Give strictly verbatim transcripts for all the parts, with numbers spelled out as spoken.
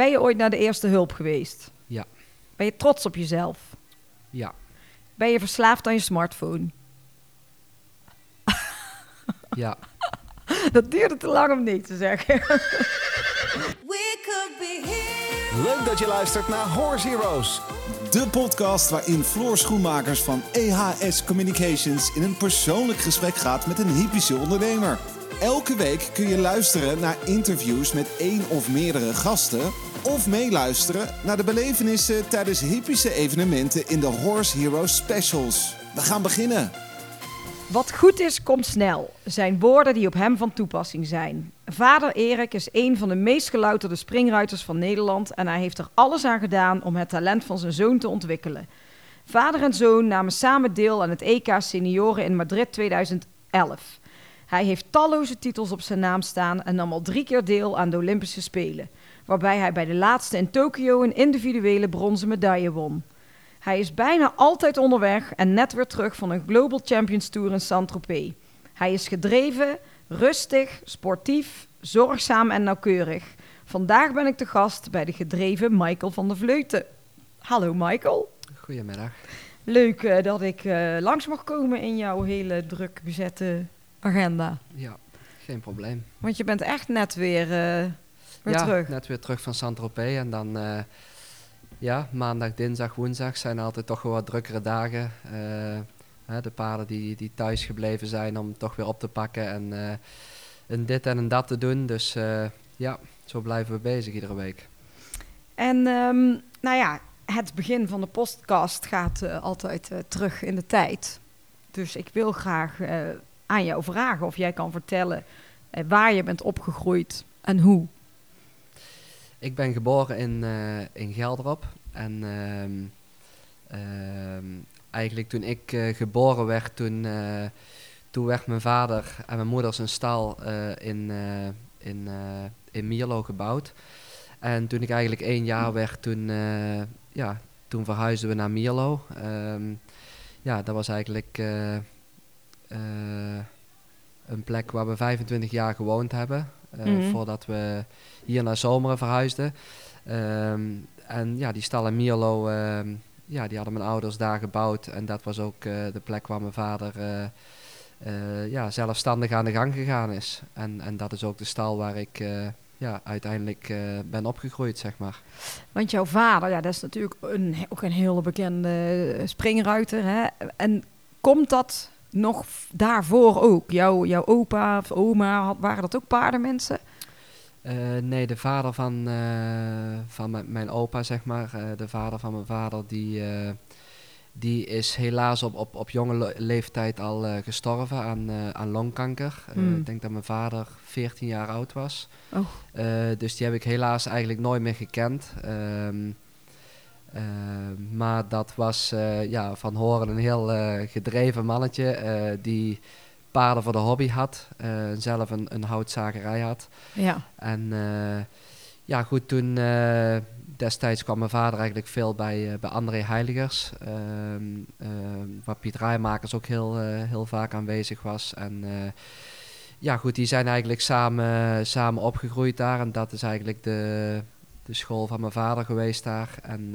Ben je ooit naar de eerste hulp geweest? Ja. Ben je trots op jezelf? Ja. Ben je verslaafd aan je smartphone? Ja. Dat duurde te lang om nee te zeggen. Leuk dat je luistert naar Horse Heroes. De podcast waarin Floor Schoenmakers van E H S Communications in een persoonlijk gesprek gaat met een hippische ondernemer. Elke week kun je luisteren naar interviews met één of meerdere gasten, of meeluisteren naar de belevenissen tijdens hippische evenementen in de Horse Heroes Specials. We gaan beginnen. Wat goed is, komt snel, zijn woorden die op hem van toepassing zijn. Vader Erik is een van de meest gelouterde springruiters van Nederland en hij heeft er alles aan gedaan om het talent van zijn zoon te ontwikkelen. Vader en zoon namen samen deel aan het E K Senioren in Madrid tweeduizend elf. Hij heeft talloze titels op zijn naam staan en nam al drie keer deel aan de Olympische Spelen, waarbij hij bij de laatste in Tokio een individuele bronzen medaille won. Hij is bijna altijd onderweg en net weer terug van een Global Champions Tour in Saint-Tropez. Hij is gedreven, rustig, sportief, zorgzaam en nauwkeurig. Vandaag ben ik te gast bij de gedreven Michael van der Vleuten. Hallo Michael. Goedemiddag. Leuk uh, dat ik uh, langs mag komen in jouw hele druk bezette agenda. Ja, geen probleem. Want je bent echt net weer, uh, weer ja, terug. net weer terug van Saint-Tropez en dan... Uh, Ja, maandag, dinsdag, woensdag zijn altijd toch wel wat drukkere dagen. Uh, hè, de paarden die, die thuis gebleven zijn om toch weer op te pakken en uh, een dit en een dat te doen. Dus uh, ja, zo blijven we bezig iedere week. En um, nou ja, het begin van de podcast gaat uh, altijd uh, terug in de tijd. Dus ik wil graag uh, aan jou vragen of jij kan vertellen uh, waar je bent opgegroeid en hoe. Ik ben geboren in, uh, in Gelderop en um, um, eigenlijk toen ik uh, geboren werd, toen, uh, toen werd mijn vader en mijn moeder zijn stal uh, in, uh, in, uh, in Mierlo gebouwd. En toen ik eigenlijk één jaar werd, toen, uh, ja, toen verhuisden we naar Mierlo. Um, ja, dat was eigenlijk uh, uh, een plek waar we vijfentwintig jaar gewoond hebben. Uh, mm-hmm. Voordat we hier naar Zomeren verhuisden. Um, en ja, die stal in Mierlo, uh, ja, die hadden mijn ouders daar gebouwd. En dat was ook uh, de plek waar mijn vader uh, uh, ja, zelfstandig aan de gang gegaan is. En, en dat is ook de stal waar ik uh, ja, uiteindelijk uh, ben opgegroeid, zeg maar. Want jouw vader, ja, dat is natuurlijk een, ook een hele bekende springruiter. Hè? En komt dat nog daarvoor ook? Jouw, jouw opa of oma, waren dat ook paardenmensen? Uh, nee, de vader van, uh, van m- mijn opa, zeg maar, uh, de vader van mijn vader, die, uh, die is helaas op, op, op jonge le- leeftijd al uh, gestorven aan, uh, aan longkanker. Uh, mm. Ik denk dat mijn vader veertien jaar oud was. Oh. Uh, dus die heb ik helaas eigenlijk nooit meer gekend. Um, uh, maar dat was uh, ja, van horen een heel uh, gedreven mannetje uh, die paarden voor de hobby had, uh, zelf een, een houtzagerij had. Ja. En uh, ja, goed, toen uh, destijds kwam mijn vader eigenlijk veel bij, uh, bij André Heiligers, uh, uh, waar Piet Rijmakers ook heel, uh, heel vaak aanwezig was. En uh, ja, goed, die zijn eigenlijk samen, samen opgegroeid daar en dat is eigenlijk de, de school van mijn vader geweest daar. En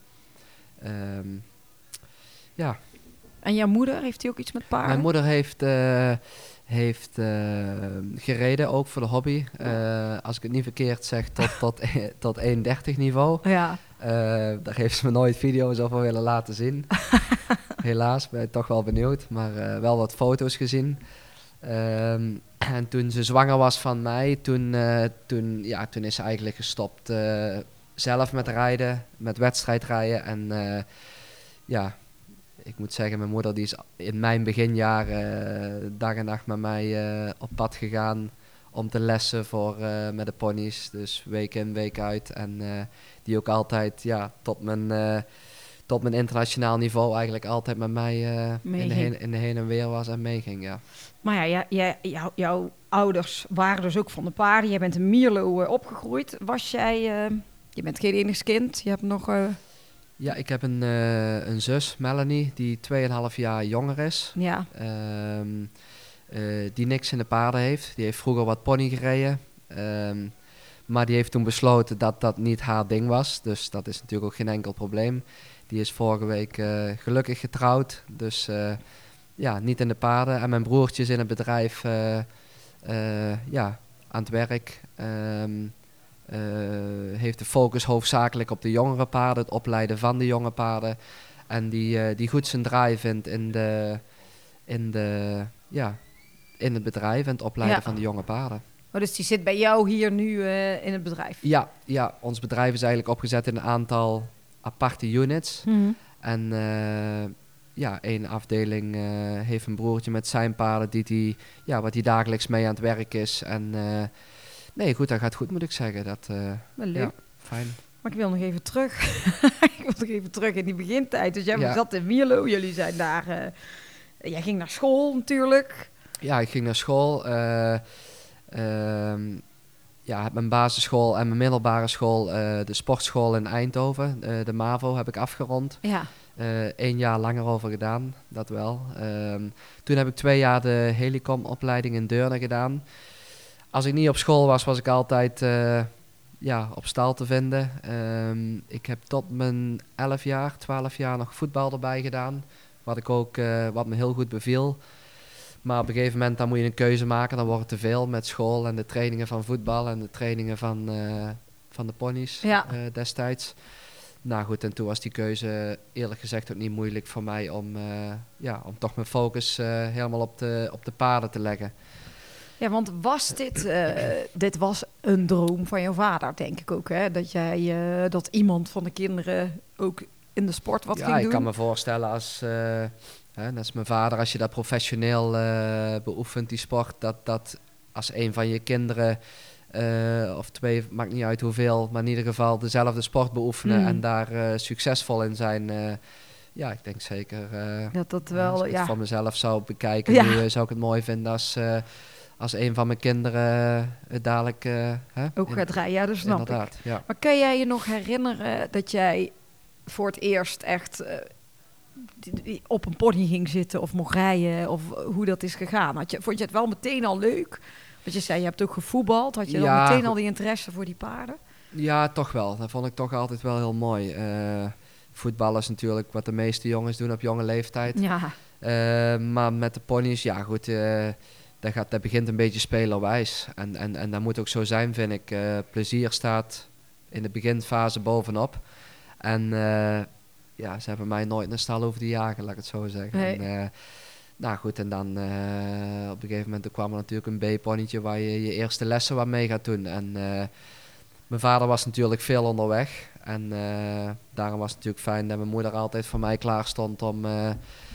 uh, um, ja... En jouw moeder, heeft die ook iets met paarden? Mijn moeder heeft, uh, heeft uh, gereden, ook voor de hobby. Uh, als ik het niet verkeerd zeg, tot, tot, tot één dertig niveau. Ja. Uh, daar heeft ze me nooit video's over willen laten zien. Helaas, ben ik toch wel benieuwd. Maar uh, wel wat foto's gezien. Um, en toen ze zwanger was van mij, toen, uh, toen, ja, toen is ze eigenlijk gestopt. Uh, zelf met rijden, met wedstrijdrijden. En uh, ja... Ik moet zeggen, mijn moeder die is in mijn beginjaren uh, dag en nacht met mij uh, op pad gegaan om te lessen voor, uh, met de ponies. Dus week in, week uit. En uh, die ook altijd ja, tot, mijn, uh, tot mijn internationaal niveau eigenlijk altijd met mij uh, in, de heen, in de heen en weer was en meeging. Ja. Maar ja, ja, ja jou, jouw ouders waren dus ook van de paarden. Jij bent in Mierlo uh, opgegroeid. Was jij, uh, je bent geen enigst kind, je hebt nog... Uh, Ja, ik heb een, uh, een zus, Melanie, die tweeënhalf jaar jonger is. Ja. Um, uh, die niks in de paarden heeft. Die heeft vroeger wat pony gereden. Um, Maar die heeft toen besloten dat dat niet haar ding was. Dus dat is natuurlijk ook geen enkel probleem. Die is vorige week uh, gelukkig getrouwd. Dus uh, ja, niet in de paarden. En mijn broertje is in het bedrijf uh, uh, ja, aan het werk. Um, uh, heeft de focus hoofdzakelijk op de jongere paarden. Het opleiden van de jonge paarden. En die, uh, die goed zijn draai vindt in, de, in, de, ja, in het bedrijf en het opleiden ja. van de jonge paarden. Oh, dus die zit bij jou hier nu uh, in het bedrijf? Ja, ja, ons bedrijf is eigenlijk opgezet in een aantal aparte units. Mm-hmm. En uh, ja, één afdeling uh, heeft een broertje met zijn paarden die die, ja, wat hij dagelijks mee aan het werk is. En uh, nee, goed, dat gaat goed, moet ik zeggen. Dat, uh, leuk. Ja, fijn. Maar ik wil nog even terug. ik wil nog even terug in die begintijd. Dus jij ja. zat in Mierlo, jullie zijn daar. Uh, jij ging naar school natuurlijk. Ja, ik ging naar school. Uh, uh, ja, heb mijn basisschool en mijn middelbare school, uh, de sportschool in Eindhoven, uh, de MAVO, heb ik afgerond. Ja. Eén uh, jaar langer over gedaan, dat wel. Uh, toen heb ik twee jaar de helicom-opleiding in Deurne gedaan. Als ik niet op school was, was ik altijd uh, ja, op stal te vinden. Um, ik heb tot mijn elf jaar, twaalf jaar nog voetbal erbij gedaan. Wat, ik ook, uh, wat me heel goed beviel. Maar op een gegeven moment dan moet je een keuze maken. Dan wordt het te veel met school en de trainingen van voetbal en de trainingen van, uh, van de ponies ja. uh, destijds. Nou goed, en toen was die keuze eerlijk gezegd ook niet moeilijk voor mij om, uh, ja, om toch mijn focus uh, helemaal op de, op de paarden te leggen. Ja, want was dit, uh, dit was een droom van jouw vader, denk ik ook, hè? Dat jij, uh, dat iemand van de kinderen ook in de sport wat ja, ging doen? Ja, ik kan me voorstellen als, uh, hè, net als mijn vader, als je dat professioneel uh, beoefent, die sport, dat, dat als een van je kinderen, uh, of twee, maakt niet uit hoeveel, maar in ieder geval dezelfde sport beoefenen mm. en daar uh, succesvol in zijn. Uh, ja, ik denk zeker, uh, dat dat wel, als ik ja. het van mezelf zou bekijken, ja. nu uh, zou ik het mooi vinden als... Uh, Als een van mijn kinderen uh, dadelijk... Uh, hè, ook gaat rijden, ja, dat snap inderdaad, ik. Ja. Maar kan jij je nog herinneren dat jij voor het eerst echt uh, die, die op een pony ging zitten of mocht rijden? Of hoe dat is gegaan? Had je, vond je het wel meteen al leuk? Want je zei, je hebt ook gevoetbald. Had je ja, dan meteen al die interesse voor die paarden? Ja, toch wel. Dat vond ik toch altijd wel heel mooi. Uh, voetbal is natuurlijk wat de meeste jongens doen op jonge leeftijd. Ja. Uh, maar met de ponies, ja goed... Uh, Dat, gaat, dat begint een beetje spelerwijs. En, en, en dat moet ook zo zijn, vind ik. Uh, plezier staat in de beginfase bovenop. En uh, ja, ze hebben mij nooit een stal over de jagen, laat ik het zo zeggen. Nee. En, uh, nou goed, en dan uh, op een gegeven moment kwam er natuurlijk een B-ponnetje waar je je eerste lessen wat mee gaat doen. En uh, mijn vader was natuurlijk veel onderweg. En uh, daarom was het natuurlijk fijn dat mijn moeder altijd voor mij klaar stond om... Uh,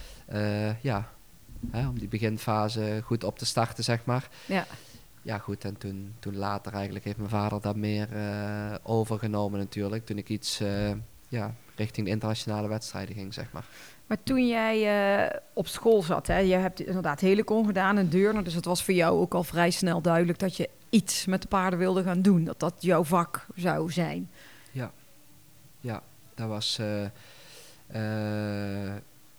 uh, ja, Hè, om die beginfase goed op te starten, zeg maar. Ja, ja goed, en toen, toen later eigenlijk heeft mijn vader dat meer uh, overgenomen natuurlijk. Toen ik iets uh, ja, richting de internationale wedstrijden ging, zeg maar. Maar toen jij uh, op school zat, hè, je hebt inderdaad helicon gedaan in Deurne. Dus het was voor jou ook al vrij snel duidelijk dat je iets met de paarden wilde gaan doen. Dat dat jouw vak zou zijn. Ja, ja dat was... Uh, uh,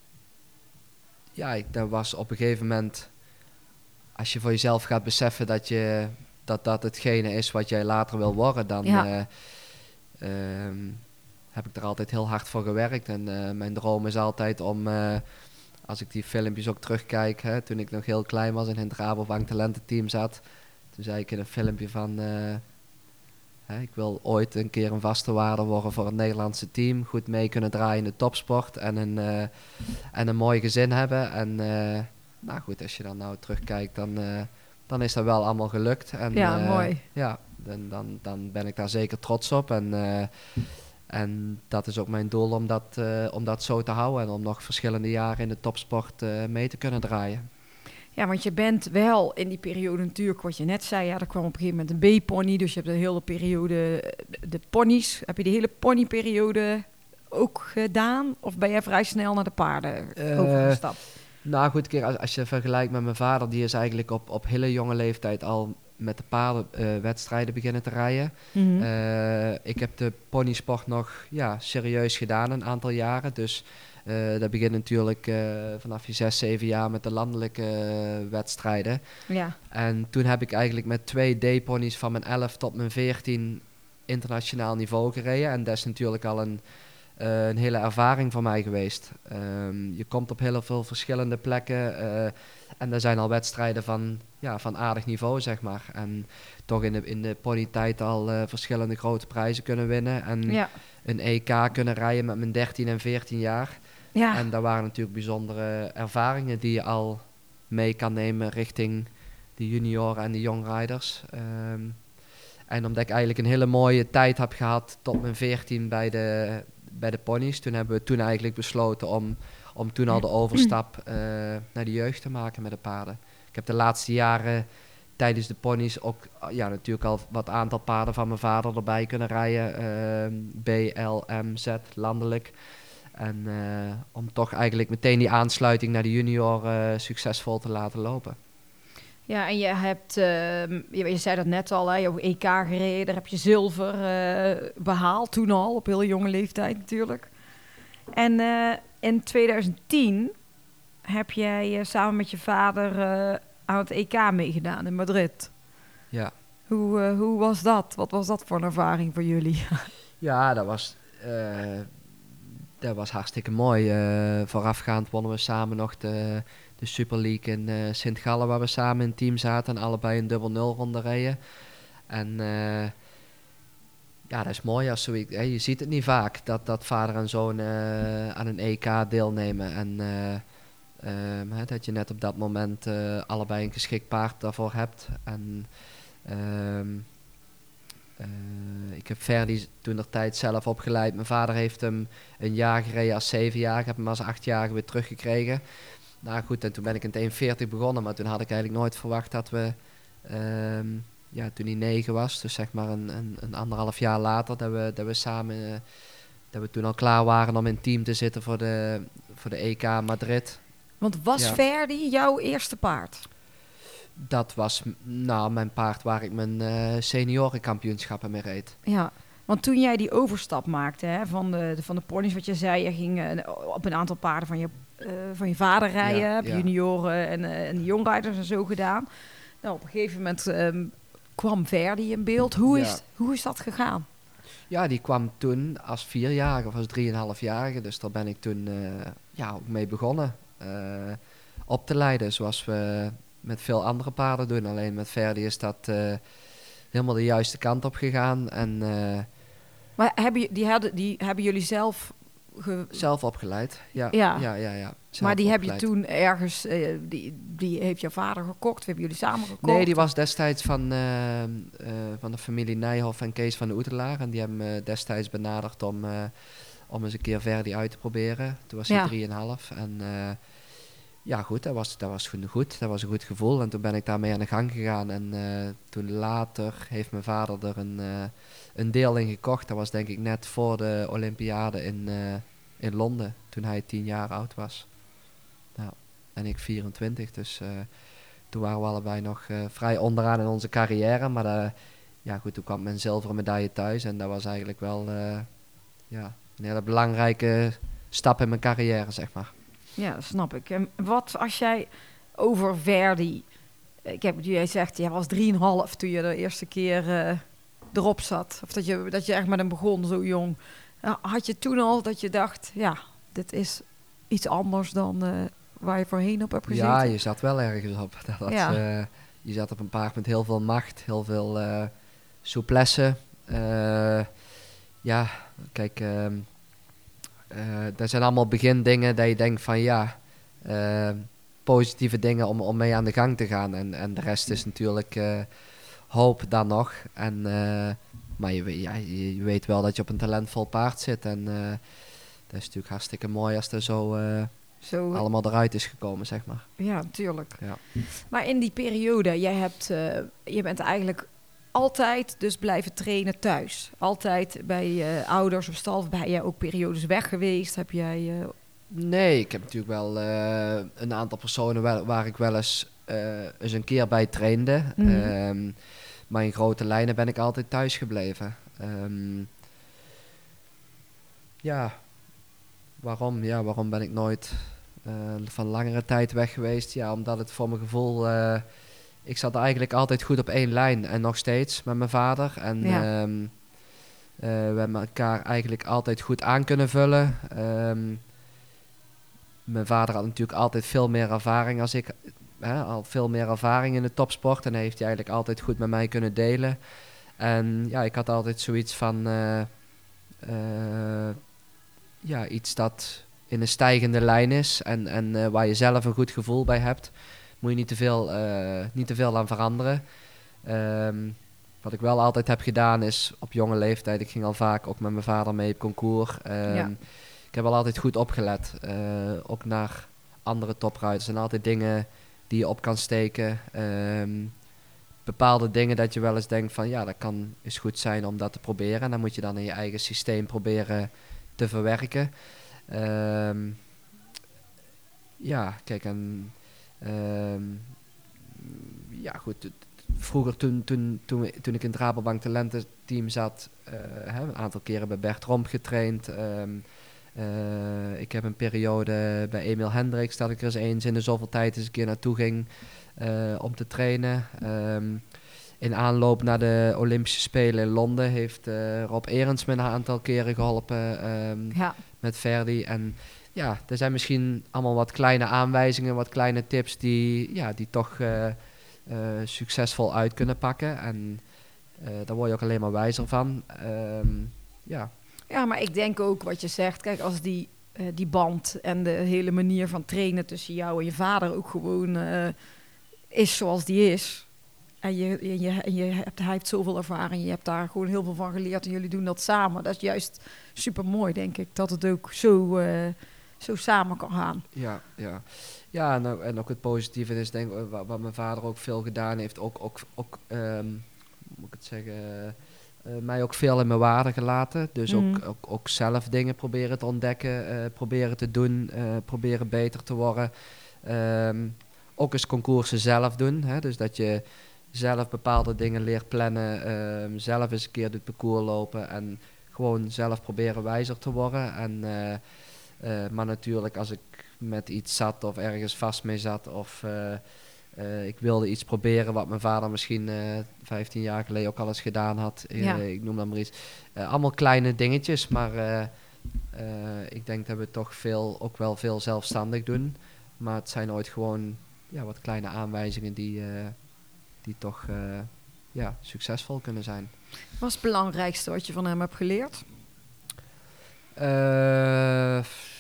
Ja, ik, dat was op een gegeven moment, als je voor jezelf gaat beseffen dat je, dat, dat hetgene is wat jij later wil worden, dan ja. uh, um, heb ik er altijd heel hard voor gewerkt. En uh, mijn droom is altijd om, uh, als ik die filmpjes ook terugkijk, hè, toen ik nog heel klein was en in het Rabobank talententeam zat, toen zei ik in een filmpje van, uh, hè, ik wil ooit een keer een vaste waarde worden voor het Nederlandse team. Goed mee kunnen draaien in de topsport en een, uh, en een mooi gezin hebben. En uh, nou goed, als je dan nou terugkijkt, dan, uh, dan is dat wel allemaal gelukt. En, ja, uh, mooi. Ja, dan, dan, dan ben ik daar zeker trots op. En, uh, en dat is ook mijn doel om dat, uh, om dat zo te houden. En om nog verschillende jaren in de topsport uh, mee te kunnen draaien. Ja, want je bent wel in die periode natuurlijk, wat je net zei, ja, er kwam op een gegeven moment een B-pony, dus je hebt de hele periode, de ponies, heb je de hele ponyperiode ook gedaan? Of ben jij vrij snel naar de paarden uh, overgestapt? Nou goed, keer als, als je vergelijkt met mijn vader, die is eigenlijk op, op hele jonge leeftijd al met de paardenwedstrijden uh, beginnen te rijden. Mm-hmm. Uh, ik heb de ponysport nog ja, serieus gedaan een aantal jaren. Dus uh, dat begint natuurlijk uh, vanaf je zes, zeven jaar met de landelijke uh, wedstrijden. Ja. En toen heb ik eigenlijk met twee D-ponies van mijn elf tot mijn veertien internationaal niveau gereden. En dat is natuurlijk al een, uh, een hele ervaring voor mij geweest. Um, je komt op heel veel verschillende plekken. Uh, en er zijn al wedstrijden van, ja, van aardig niveau, zeg maar. En toch in de, in de ponytijd al uh, verschillende grote prijzen kunnen winnen. En Ja. een E K kunnen rijden met mijn dertien en veertien jaar. Ja. En dat waren natuurlijk bijzondere ervaringen die je al mee kan nemen richting de junioren en de jongrijders. Um, en omdat ik eigenlijk een hele mooie tijd heb gehad tot mijn veertien bij de, bij de ponies. Toen hebben we toen eigenlijk besloten om, om toen al de overstap uh, naar de jeugd te maken met de paarden. Ik heb de laatste jaren tijdens de ponies ook ja, natuurlijk al wat aantal paarden van mijn vader erbij kunnen rijden. Uh, B, L, M, Z, landelijk. En uh, om toch eigenlijk meteen die aansluiting naar de junior uh, succesvol te laten lopen. Ja, en je hebt, uh, je, je zei dat net al, hè, je hebt E K gereden, daar heb je zilver uh, behaald toen al, op heel jonge leeftijd natuurlijk. En uh, in twintig tien heb jij uh, samen met je vader uh, aan het E K meegedaan in Madrid. Ja. Hoe, uh, hoe was dat? Wat was dat voor een ervaring voor jullie? Ja, dat was, uh, dat was hartstikke mooi. Uh, voorafgaand wonnen we samen nog de... de Super League in uh, Sint-Gallen, waar we samen in het team zaten en allebei een dubbel nul ronde reden. En uh, ja, dat is mooi als zoiets. Hè, je ziet het niet vaak dat, dat vader en zoon uh, aan een E K deelnemen. En uh, um, hè, dat je net op dat moment uh, allebei een geschikt paard daarvoor hebt. En um, uh, ik heb Ferdi toen de tijd zelf opgeleid. Mijn vader heeft hem een jaar gereden als zevenjarige. Ik heb hem als achtjarige weer teruggekregen. Nou goed, en toen ben ik in het een veertig begonnen, maar toen had ik eigenlijk nooit verwacht dat we, um, ja, toen hij negen was, dus zeg maar een, een, een anderhalf jaar later, dat we, dat we samen, uh, dat we toen al klaar waren om in team te zitten voor de, voor de E K Madrid. Want was ja. Ferdi jouw eerste paard? Dat was, nou, mijn paard waar ik mijn uh, seniorenkampioenschappen mee reed. Ja. Want toen jij die overstap maakte, hè, van de, de, van de ponies, wat je zei, je ging uh, op een aantal paarden van je, uh, van je vader rijden, ja, heb ja. junioren en, uh, en de jongrijders en zo gedaan. Nou, op een gegeven moment um, kwam Ferdi in beeld. Hoe, Ja. is, hoe is dat gegaan? Ja, die kwam toen als vierjarige of als drieënhalfjarige, dus daar ben ik toen uh, ja, ook mee begonnen uh, op te leiden, zoals we met veel andere paarden doen. Alleen met Ferdi is dat uh, helemaal de juiste kant op gegaan. En, uh, maar hebben, die, hadden, die hebben jullie zelf... Ge... Zelf opgeleid, ja. Ja. ja, ja, ja zelf maar die opgeleid. heb je toen ergens... Uh, die, die heeft jouw vader gekocht? Of hebben jullie samen gekocht? Nee, die was destijds van, uh, uh, van de familie Nijhoff en Kees van de Oetelaar. En die hebben me destijds benaderd om, uh, om eens een keer Verdi uit te proberen. Toen was hij Ja. drieënhalf. En uh, ja, goed, dat was, dat was goed, goed. Dat was een goed gevoel. En toen ben ik daarmee aan de gang gegaan. En uh, toen later heeft mijn vader er een, uh, een deel in gekocht. Dat was denk ik net voor de Olympiade in, uh, in Londen. Toen hij tien jaar oud was. Nou, en ik vierentwintig. Dus uh, toen waren we allebei nog uh, vrij onderaan in onze carrière. Maar uh, ja, goed, toen kwam mijn zilveren medaille thuis. En dat was eigenlijk wel uh, ja, een hele belangrijke stap in mijn carrière, zeg maar. Ja, dat snap ik. En wat als jij over Verdi... Ik heb, jij zegt, jij was drieënhalf toen je de eerste keer uh, erop zat. Of dat je, dat je echt met hem begon, zo jong. Uh, had je toen al dat je dacht... Ja, dit is iets anders dan uh, waar je voorheen op hebt gezeten? Ja, je zat wel ergens op. Dat, dat, ja. uh, je zat op een paard met heel veel macht, heel veel uh, souplesse. Uh, ja, kijk... Uh, Uh, dat zijn allemaal begindingen dat je denkt van ja, uh, positieve dingen om, om mee aan de gang te gaan. En, en de rest is natuurlijk uh, hoop dan nog. En, uh, maar je, ja, je, je weet wel dat je op een talentvol paard zit. En uh, dat is natuurlijk hartstikke mooi als er zo, uh, zo allemaal eruit is gekomen, zeg maar. Ja, natuurlijk. Ja. Maar in die periode, jij hebt, uh, je bent eigenlijk... altijd dus blijven trainen thuis. Altijd bij uh, ouders op stal. Ben jij ook periodes weg geweest? Heb jij... Uh... Nee, ik heb natuurlijk wel uh, een aantal personen waar, waar ik wel eens uh, eens een keer bij trainde. Mm-hmm. Um, maar in grote lijnen ben ik altijd thuis gebleven. Um, ja, waarom? Ja, waarom ben ik nooit uh, van langere tijd weg geweest? Ja, omdat het voor mijn gevoel... Uh, ik zat eigenlijk altijd goed op één lijn. En nog steeds met mijn vader. En ja. um, uh, we hebben elkaar eigenlijk altijd goed aan kunnen vullen. Um, mijn vader had natuurlijk altijd veel meer ervaring als ik. Hè, al veel meer ervaring in de topsport. En hij heeft hij eigenlijk altijd goed met mij kunnen delen. En ja, ik had altijd zoiets van... Uh, uh, ja, iets dat in een stijgende lijn is. En, en uh, waar je zelf een goed gevoel bij hebt. Moet je niet te veel, uh, niet te veel aan veranderen. Um, wat ik wel altijd heb gedaan is op jonge leeftijd... Ik ging al vaak ook met mijn vader mee op concours. Um, ja. Ik heb wel altijd goed opgelet. Uh, ook naar andere topruiters. En altijd dingen die je op kan steken. Um, bepaalde dingen dat je wel eens denkt van... ja, dat kan eens goed zijn om dat te proberen. En dan moet je dan in je eigen systeem proberen te verwerken. Um, ja, kijk, en... Um, ja, goed. Vroeger toen, toen, toen, toen ik in het Rabobank talententeam zat... Uh, hè, een aantal keren bij Bert Romp getraind... Um, Uh, ik heb een periode bij Emil Hendricks dat ik er eens eens in de zoveel tijd eens een keer naartoe ging uh, om te trainen. Um, in aanloop naar de Olympische Spelen in Londen heeft uh, Rob Erens me een aantal keren geholpen um, ja. met Verdi. En ja, er zijn misschien allemaal wat kleine aanwijzingen, wat kleine tips die, ja, die toch uh, uh, succesvol uit kunnen pakken. En uh, daar word je ook alleen maar wijzer van. Um, ja. Ja, maar ik denk ook wat je zegt. Kijk, als die, uh, die band en de hele manier van trainen tussen jou en je vader ook gewoon uh, is zoals die is. En, je, en, je, en je hebt, hij heeft zoveel ervaring. Je hebt daar gewoon heel veel van geleerd. En jullie doen dat samen. Dat is juist super mooi, denk ik. Dat het ook zo, uh, zo samen kan gaan. Ja, ja. Ja, en, en ook het positieve is denk ik wat, wat mijn vader ook veel gedaan heeft. Ook, ook, ook um, hoe moet ik het zeggen... Uh, Uh, mij ook veel in mijn waarde gelaten. Dus mm. ook, ook, ook zelf dingen proberen te ontdekken, uh, proberen te doen, uh, proberen beter te worden. Um, ook eens concoursen zelf doen. Hè? Dus dat je zelf bepaalde dingen leert plannen, um, zelf eens een keer het parcours lopen en gewoon zelf proberen wijzer te worden. En, uh, uh, maar natuurlijk als ik met iets zat of ergens vast mee zat of... Uh, Uh, ik wilde iets proberen wat mijn vader misschien uh, vijftien jaar geleden ook al eens gedaan had. Uh, ja. Ik noem dat maar iets. Uh, allemaal kleine dingetjes, maar uh, uh, ik denk dat we toch veel, ook wel veel zelfstandig doen. Maar het zijn ooit gewoon ja, wat kleine aanwijzingen die, uh, die toch uh, ja, succesvol kunnen zijn. Wat is het belangrijkste wat je van hem hebt geleerd? Uh,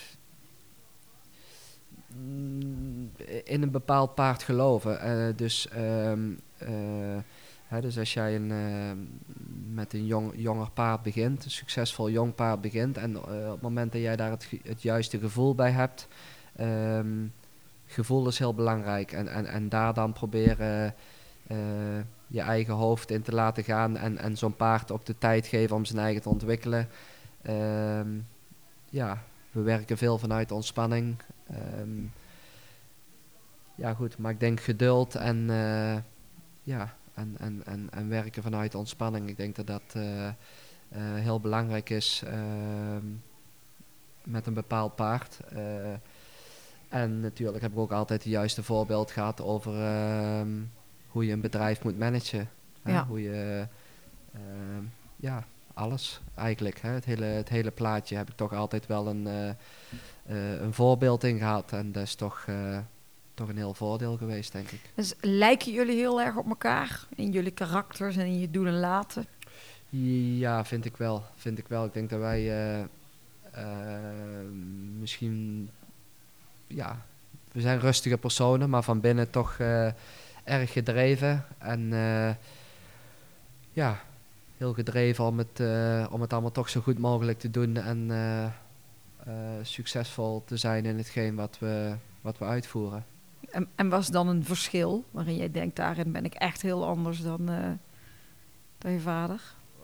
in een bepaald paard geloven. Uh, dus, um, uh, hè, dus als jij een, uh, met een jong, jonger paard begint, een succesvol jong paard begint, en uh, op het moment dat jij daar het, het juiste gevoel bij hebt, um, gevoel is heel belangrijk. En, en, en daar dan proberen uh, je eigen hoofd in te laten gaan en, en zo'n paard ook de tijd geven om zijn eigen te ontwikkelen. Um, ja, we werken veel vanuit ontspanning. Um, ja goed, maar ik denk geduld en, uh, ja, en, en, en, en werken vanuit ontspanning. Ik denk dat dat uh, uh, heel belangrijk is uh, met een bepaald paard. Uh, en natuurlijk heb ik ook altijd het juiste voorbeeld gehad over uh, hoe je een bedrijf moet managen. Hè? Ja. Hoe je, uh, ja, alles eigenlijk. Hè? Het, hele, het hele plaatje heb ik toch altijd wel een, uh, uh, een voorbeeld in gehad. En dat is toch... Uh, toch een heel voordeel geweest, denk ik. Dus lijken jullie heel erg op elkaar? In jullie karakters en in je doen en laten? Ja, vind ik wel. Vind ik wel. Ik denk dat wij uh, uh, misschien... Ja, we zijn rustige personen, maar van binnen toch uh, erg gedreven. En uh, ja, heel gedreven om het, uh, om het allemaal toch zo goed mogelijk te doen. En uh, uh, succesvol te zijn in hetgeen wat we, wat we uitvoeren. En, en was dan een verschil waarin jij denkt, daarin ben ik echt heel anders dan, uh, dan je vader?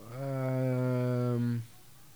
Um,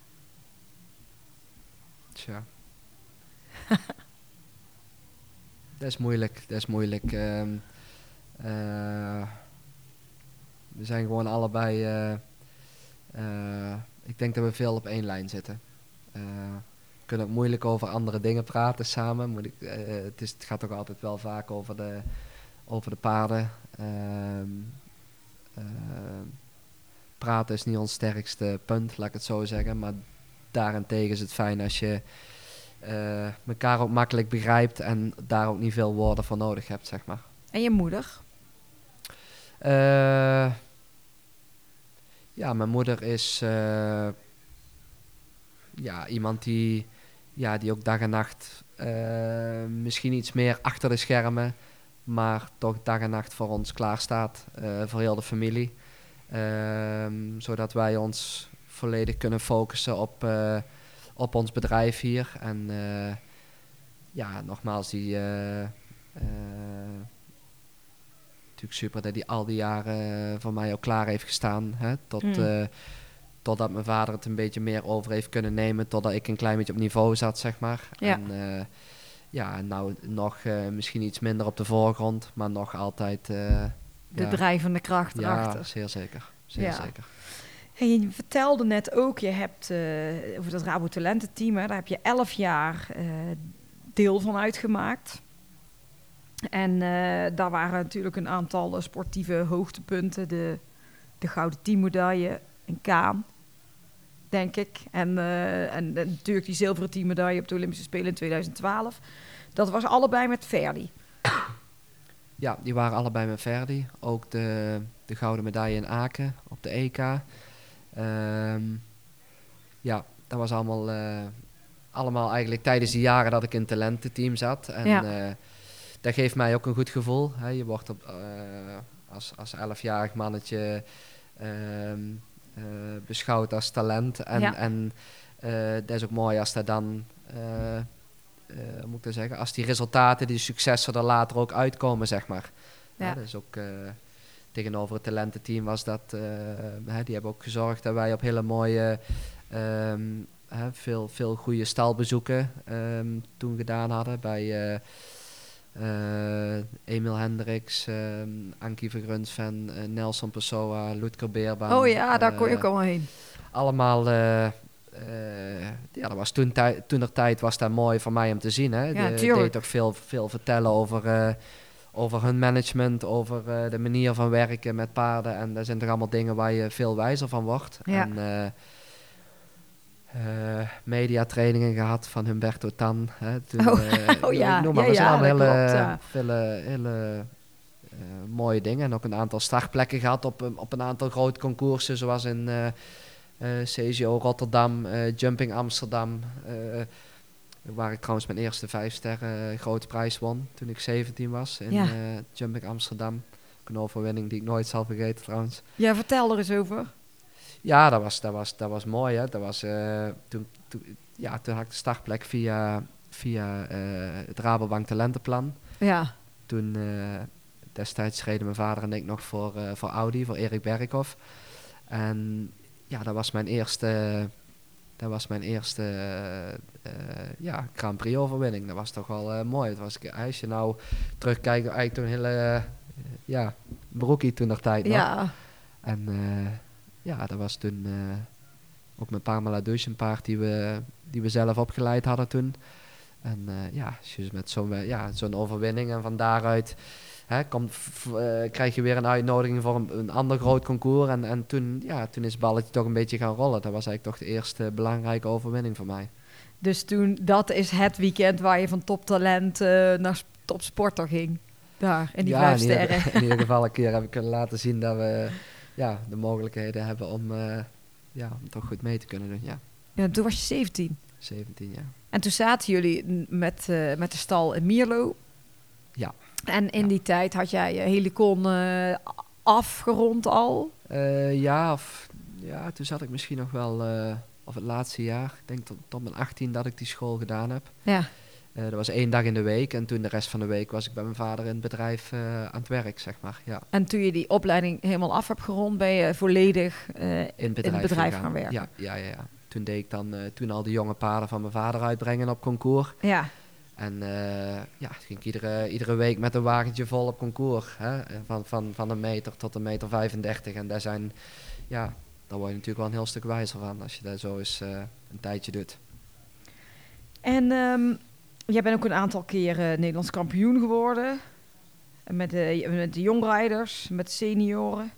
tja. Dat is moeilijk, dat is moeilijk. Um, Uh, we zijn gewoon allebei... Uh, uh, ik denk dat we veel op één lijn zitten. Uh, we kunnen ook moeilijk over andere dingen praten samen. Moet ik, uh, het, is, het gaat toch altijd wel vaak over de, over de paarden. Uh, uh, praten is niet ons sterkste punt, laat ik het zo zeggen. Maar daarentegen is het fijn als je uh, elkaar ook makkelijk begrijpt en daar ook niet veel woorden voor nodig hebt, zeg maar. En je moeder? Uh, ja, mijn moeder is uh, ja, iemand die, ja, die ook dag en nacht uh, misschien iets meer achter de schermen, maar toch dag en nacht voor ons klaarstaat, uh, voor heel de familie. Uh, zodat wij ons volledig kunnen focussen op, uh, op ons bedrijf hier. En uh, ja, nogmaals, die... Uh, uh, natuurlijk super dat hij al die jaren voor mij ook klaar heeft gestaan. Hè, tot, mm. uh, totdat mijn vader het een beetje meer over heeft kunnen nemen. Totdat ik een klein beetje op niveau zat, zeg maar. Ja. En uh, ja, nou nog uh, misschien iets minder op de voorgrond. Maar nog altijd... Uh, de ja, drijvende kracht erachter. Ja, zeer zeker. Zeer ja. zeker. Hey, je vertelde net ook, je hebt uh, over dat Rabo Talententeam, hè, daar heb je elf jaar uh, deel van uitgemaakt. En uh, daar waren natuurlijk een aantal uh, sportieve hoogtepunten. De, de gouden teammedaille, een Kaan, denk ik. En, uh, en, en natuurlijk die zilveren teammedaille op de Olympische Spelen in tweeduizend twaalf. Dat was allebei met Verdi. Ja, die waren allebei met Verdi. Ook de, de gouden medaille in Aken op de E K. Um, ja, dat was allemaal, uh, allemaal eigenlijk tijdens die jaren dat ik in het talententeam zat. En ja. uh, dat geeft mij ook een goed gevoel. Hè. Je wordt op, uh, als, als elfjarig mannetje uh, uh, beschouwd als talent. En, ja. en uh, dat is ook mooi als dat dan... Uh, Uh, moet ik dat zeggen, als die resultaten, die successen er later ook uitkomen, zeg maar. Ja. Ja, dus ook uh, tegenover het talententeam was dat, uh, hè, die hebben ook gezorgd dat wij op hele mooie, um, hè, veel, veel goede stalbezoeken um, toen gedaan hadden. Bij uh, uh, Emil Hendricks, um, Ankie Vergrunsven, uh, Nelson Pessoa, Lutker Beerbaum. Oh ja, daar uh, kon je ook allemaal heen. Allemaal... Uh, Uh, ja, dat was toen, tij- toen er tijd was dat mooi voor mij om te zien. Hè. Ja, de, deed toch veel, veel vertellen over, uh, over hun management, over uh, de manier van werken met paarden. En dat zijn toch allemaal dingen waar je veel wijzer van wordt. Ja. En uh, uh, mediatrainingen gehad van Humberto Tan. Hè. Toen, oh. Uh, oh ja, noem maar, ja, dat zijn ja, allemaal hele, klopt, ja. hele, hele uh, mooie dingen. En ook een aantal startplekken gehad op, op een aantal grote concoursen, zoals in... Uh, Uh, C G O Rotterdam, uh, Jumping Amsterdam, uh, waar ik trouwens mijn eerste vijf sterren uh, grote prijs won toen ik zeventien was in ja. uh, Jumping Amsterdam. Een overwinning die ik nooit zal vergeten trouwens. Ja, vertel er eens over. Ja, dat was, dat was, dat was mooi. Hè. Dat was, uh, toen, toen, ja, toen had ik de startplek via, via uh, het Rabobank Talentenplan. Ja. Toen uh, destijds reden mijn vader en ik nog voor, uh, voor Audi, voor Erik Berghoff. En ja, dat was mijn eerste, dat was mijn eerste uh, uh, ja, Grand Prix overwinning. Dat was toch wel uh, mooi. Het was, als je nou terugkijkt, eigenlijk toen hele, uh, ja, broekie toen nog tijd nog. Ja. En uh, ja, dat was toen uh, ook met Parma Douche, een paard die we, die we zelf opgeleid hadden toen. En uh, ja, dus met zo'n, ja, zo'n overwinning en van daaruit... Hè, komt, f- uh, krijg je weer een uitnodiging voor een, een ander groot concours. En, en toen, ja, toen is het balletje toch een beetje gaan rollen. Dat was eigenlijk toch de eerste belangrijke overwinning voor mij. Dus toen, dat is het weekend waar je van toptalent uh, naar topsporter ging. Daar, in die ja, vijf in sterren. Ieder, in ieder geval een keer heb ik kunnen laten zien dat we ja, de mogelijkheden hebben om, uh, ja, om toch goed mee te kunnen doen. Ja. Ja, toen was je zeventien. zeventien, ja. En toen zaten jullie met, uh, met de stal in Mierlo. Ja. En in ja. die tijd had jij je helicon uh, afgerond al? Uh, ja, of, ja, toen zat ik misschien nog wel, uh, of het laatste jaar, ik denk tot, tot mijn achttien dat ik die school gedaan heb. Ja. Uh, dat was één dag in de week en toen de rest van de week was ik bij mijn vader in het bedrijf uh, aan het werk, zeg maar. Ja. En toen je die opleiding helemaal af hebt gerond, ben je volledig uh, in het bedrijf, in het bedrijf gaan werken? Ja, ja, ja, ja. Toen deed ik dan uh, toen al die jonge paarden van mijn vader uitbrengen op concours. Ja. En uh, ja, ging ik iedere, iedere week met een wagentje vol op concours. Hè? Van, van, van een meter tot een meter vijfendertig. En daar zijn, ja, daar word je natuurlijk wel een heel stuk wijzer van als je dat zo eens uh, een tijdje doet. En um, jij bent ook een aantal keren Nederlands kampioen geworden. Met de, met de jongrijders, met de senioren.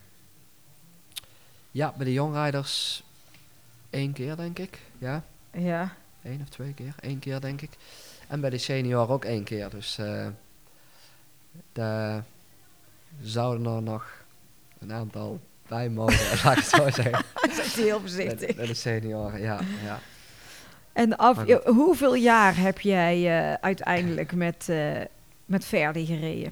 Ja, bij de jongrijders één keer, denk ik. Ja. Ja. Eén of twee keer. Eén keer, denk ik. En bij de senior ook één keer. Dus uh, daar zouden er nog een aantal bij mogen, laat ik het zo zeggen. Dat is echt heel voorzichtig. Bij, bij de senioren, ja. ja. En af, hoeveel jaar heb jij uh, uiteindelijk met, uh, met Verdi gereden?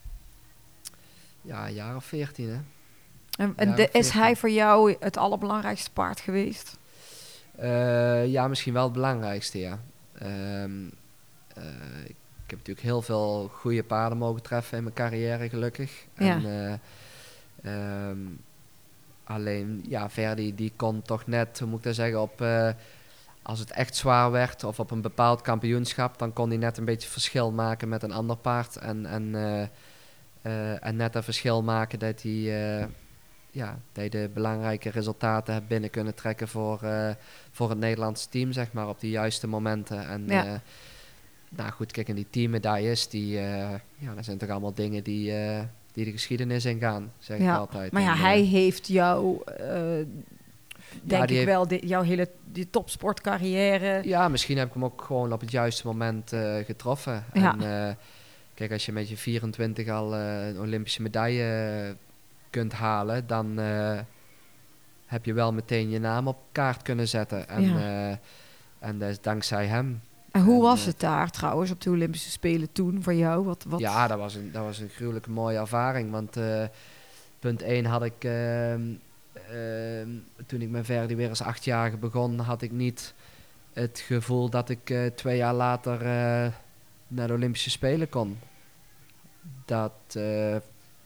Ja, een jaar of veertien, hè. En, en de, is hij voor jou het allerbelangrijkste paard geweest? Uh, ja, misschien wel het belangrijkste, ja. Um, uh, ik heb natuurlijk heel veel goede paarden mogen treffen in mijn carrière, gelukkig. Ja. En, uh, um, alleen, ja, Verdi die kon toch net, hoe moet ik dat zeggen, op... Uh, als het echt zwaar werd of op een bepaald kampioenschap, dan kon hij net een beetje verschil maken met een ander paard. En, en, uh, uh, en net een verschil maken dat hij... Uh, ja, dat je de belangrijke resultaten hebt binnen kunnen trekken voor, uh, voor het Nederlandse team, zeg maar, op de juiste momenten. En ja. uh, nou goed, kijk, en die teammedailles, die, uh, ja, dat zijn toch allemaal dingen die, uh, die de geschiedenis ingaan, zeg ja. ik altijd. Maar ja, en, hij uh, heeft jou, uh, denk ja, ik heeft, wel, die, jouw hele die topsportcarrière... Ja, misschien heb ik hem ook gewoon op het juiste moment uh, getroffen. Ja. En uh, kijk, als je met je vierentwintig al uh, een Olympische medaille... kunt halen, dan uh, heb je wel meteen je naam op kaart kunnen zetten. En, ja. uh, en dat is dankzij hem. En hoe en, was uh, het daar trouwens op de Olympische Spelen toen voor jou? Wat, wat? Ja, dat was een, dat was een gruwelijke mooie ervaring. Want uh, punt één had ik, uh, uh, toen ik met Verdi weer als achtjarige begon, had ik niet het gevoel dat ik uh, twee jaar later uh, naar de Olympische Spelen kon. Dat... Uh,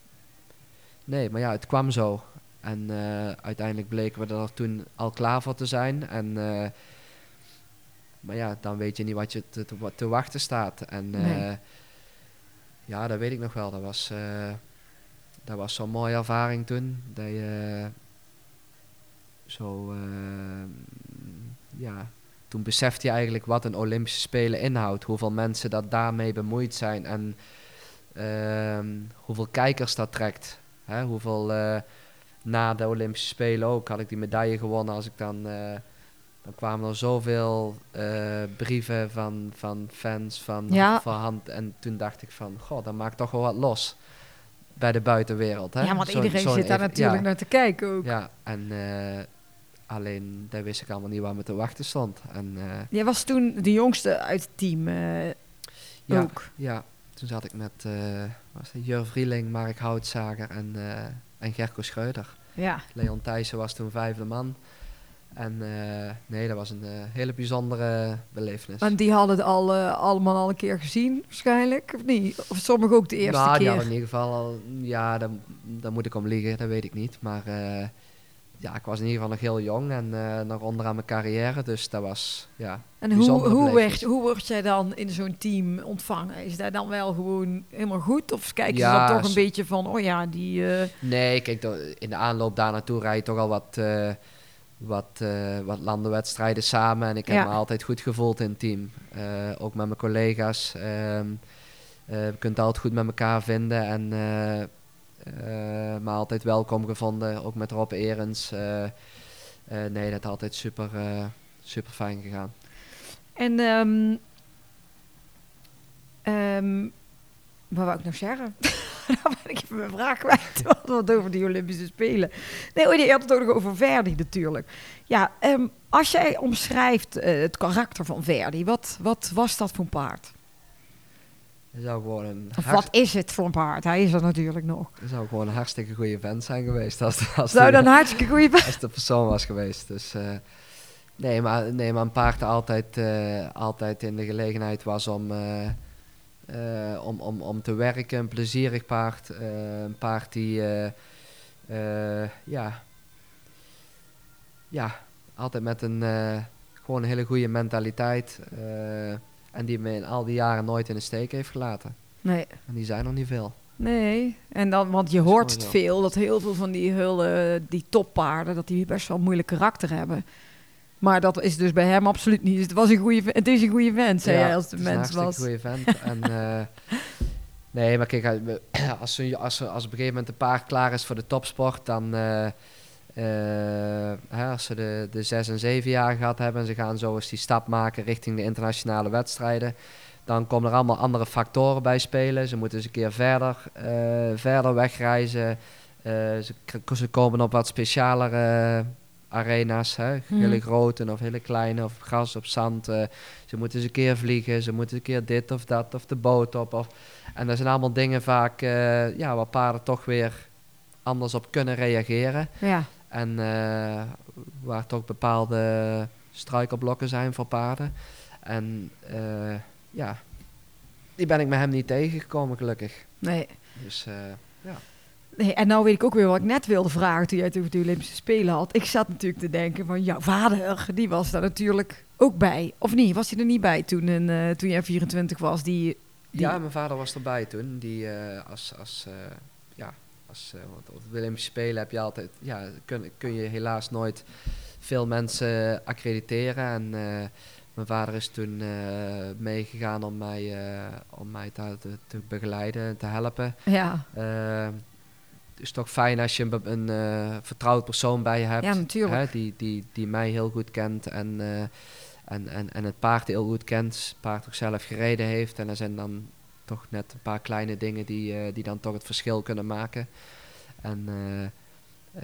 Nee, maar ja, het kwam zo. En uh, uiteindelijk bleken we er toen al klaar voor te zijn. En, uh, maar ja, dan weet je niet wat je te, te, te wachten staat. En uh, nee. ja, dat weet ik nog wel. Dat was, uh, dat was zo'n mooie ervaring toen. Dat je uh, zo, uh, ja, toen besefte je eigenlijk wat een Olympische Spelen inhoudt. Hoeveel mensen dat daarmee bemoeid zijn. En uh, hoeveel kijkers dat trekt. Hè, hoeveel uh, na de Olympische Spelen ook had ik die medaille gewonnen. Als ik dan, uh, dan kwamen er zoveel uh, brieven van, van fans van, ja. van hand. En toen dacht ik van, goh, dat maakt toch wel wat los bij de buitenwereld. Hè? Ja, want zo, iedereen zit daar even, natuurlijk ja, naar te kijken ook. Ja, en uh, alleen daar wist ik allemaal niet waar me te wachten stond. En, uh, Jij was toen de jongste uit het team uh, ja, ook. Ja, toen zat ik met uh, was het, Jur Vrieling, Mark Houtzager en, uh, en Gerco Schreuder. Ja. Leon Thijssen was toen vijfde man. En uh, nee, dat was een uh, hele bijzondere belevenis. En die hadden het al, uh, allemaal al een keer gezien, waarschijnlijk, of niet? Of sommigen ook de eerste nou, keer? Nou, in ieder geval al, ja, daar, daar moet ik om liegen, dat weet ik niet. Maar uh, ja, ik was in ieder geval nog heel jong en uh, nog onderaan mijn carrière, dus dat was, ja, En hoe, hoe, werd, hoe word jij dan in zo'n team ontvangen? Is dat dan wel gewoon helemaal goed? Of kijken ja, ze dan toch een beetje van, oh ja, die... Uh... Nee, kijk, in de aanloop daar naartoe rijd je toch al wat... Uh, Wat, uh, wat landenwedstrijden samen. En ik heb ja. me altijd goed gevoeld in het team. Uh, ook met mijn collega's. Uh, uh, je kunt het altijd goed met elkaar vinden. En uh, uh, me altijd welkom gevonden. Ook met Rob Erens. Uh, uh, nee, dat is altijd super, uh, super fijn gegaan. En um, um, wat wou ik nog zeggen? Dan ben ik even mijn vraag kwijt. Wat over die Olympische Spelen. Nee, je had het ook nog over Verdi natuurlijk. Ja, um, als jij omschrijft uh, het karakter van Verdi, wat, wat was dat voor een paard? Dat zou gewoon een of wat is het voor een paard? Hij is er natuurlijk nog. Dat zou gewoon een hartstikke goede vent zijn geweest. Als, als zou dat een hartstikke goede vent? Als de persoon was geweest. Dus uh, nee, maar, nee, maar een paard altijd, uh, altijd in de gelegenheid was om... Uh, Uh, om, om, om te werken, een plezierig paard. Uh, een paard die uh, uh, ja, ja, altijd met een uh, gewoon een hele goede mentaliteit. Uh, En die me in al die jaren nooit in de steek heeft gelaten. Nee. En die zijn er niet veel. Nee, en dan, want je hoort het veel, dat heel veel van die hullen, die toppaarden, dat die best wel een moeilijk karakter hebben. Maar dat is dus bij hem absoluut niet. Dus het, was een goede, het is een goede vent, zei jij, als de mens was. Ja, het is een goede vent. En, uh, nee, maar kijk, als, als, als, als op een gegeven moment een paard klaar is voor de topsport, dan... Uh, uh, hè, als ze de, de zes en zeven jaar gehad hebben en ze gaan zo eens die stap maken richting de internationale wedstrijden, dan komen er allemaal andere factoren bij spelen. Ze moeten eens een keer verder, uh, verder wegreizen. Uh, ze, ze komen op wat specialere arena's, hè? Hmm. Hele grote of hele kleine, of gras op zand. Uh, ze moeten eens een keer vliegen, ze moeten een keer dit of dat, of de boot op. Of, en dat zijn allemaal dingen vaak uh, ja, waar paarden toch weer anders op kunnen reageren. Ja. En uh, waar toch bepaalde struikelblokken zijn voor paarden. En uh, ja, die ben ik met hem niet tegengekomen, gelukkig. Nee. Dus uh, ja. Nee, en nou weet ik ook weer wat ik net wilde vragen toen jij het over de Olympische Spelen had. Ik zat natuurlijk te denken van jouw vader, die was daar natuurlijk ook bij. Of niet? Was hij er niet bij toen, in, uh, toen jij vierentwintig was? Die, die... Ja, mijn vader was erbij toen. Die uh, als, als uh, ja, als, uh, want op de Olympische Spelen heb je altijd, ja, kun, kun je helaas nooit veel mensen accrediteren. En uh, mijn vader is toen uh, meegegaan om mij, uh, om mij te, te, te begeleiden, te helpen. Ja. Uh, het is toch fijn als je een, een uh, vertrouwd persoon bij je hebt. Ja, natuurlijk. Hè, die, die, die mij heel goed kent en, uh, en, en, en het paard heel goed kent. Het paard ook zelf gereden heeft. En er zijn dan toch net een paar kleine dingen die, uh, die dan toch het verschil kunnen maken. En uh, uh,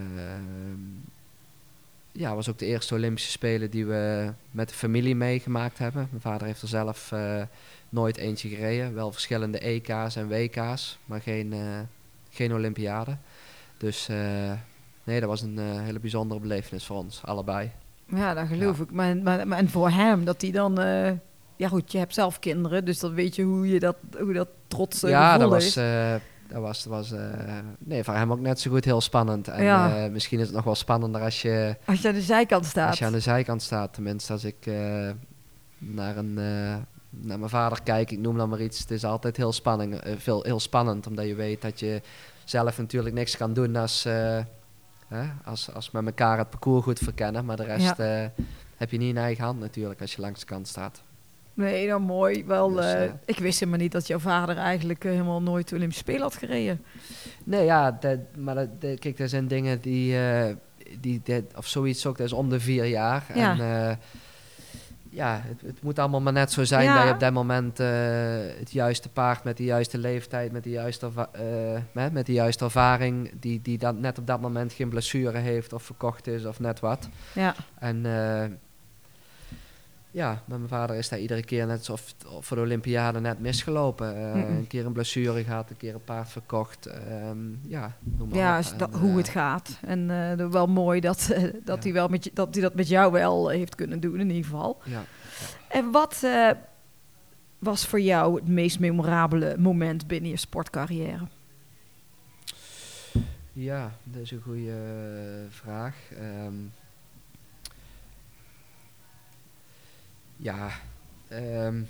ja, was ook de eerste Olympische Spelen die we met de familie meegemaakt hebben. Mijn vader heeft er zelf uh, nooit eentje gereden. Wel verschillende E K's en W K's, maar geen... Uh, Geen Olympiade. Dus uh, nee, dat was een uh, hele bijzondere belevenis voor ons, allebei. Ja, dat geloof ja. ik. Maar, maar, maar en voor hem, dat hij dan... Uh, ja goed, je hebt zelf kinderen, dus dan weet je hoe je dat, hoe dat trots uh, ja, dat was, is. Uh, dat was, dat was uh, nee, voor hem ook net zo goed heel spannend. En ja. uh, misschien is het nog wel spannender als je... Als je aan de zijkant staat. Als je aan de zijkant staat, tenminste als ik uh, naar een... Uh, naar mijn vader kijk, ik noem dan maar iets. Het is altijd heel spannend, uh, veel, heel spannend, omdat je weet dat je zelf natuurlijk niks kan doen als, uh, hè, als, als met elkaar het parcours goed verkennen. Maar de rest ja. uh, heb je niet in eigen hand natuurlijk als je langs de kant staat. Nee, dan mooi. Wel, dus, uh, uh, ik wist helemaal niet dat jouw vader eigenlijk uh, helemaal nooit de Olympische Spelen had gereden. Nee, ja, dat, maar dat, dat, kijk, er zijn dingen die, uh, die, dat, of zoiets ook, dat is om de vier jaar. Ja. En, uh, ja, het, het moet allemaal maar net zo zijn ja. dat je op dat moment uh, het juiste paard met de juiste leeftijd, met de juiste, uh, met, met de juiste ervaring, die, die dan net op dat moment geen blessure heeft of verkocht is of net wat. Ja. En uh, ja, met mijn vader is dat iedere keer net alsof voor de Olympiade net misgelopen. Uh, mm-mm. Een keer een blessure gehad, een keer een paard verkocht. Um, ja, noem maar ja, op. En, dat, uh, hoe het gaat. En uh, wel mooi dat, uh, dat, ja. hij wel met je, dat hij dat met jou wel uh, heeft kunnen doen in ieder geval. Ja, ja. En wat uh, was voor jou het meest memorabele moment binnen je sportcarrière? Ja, dat is een goede uh, vraag. Um, Ja, um,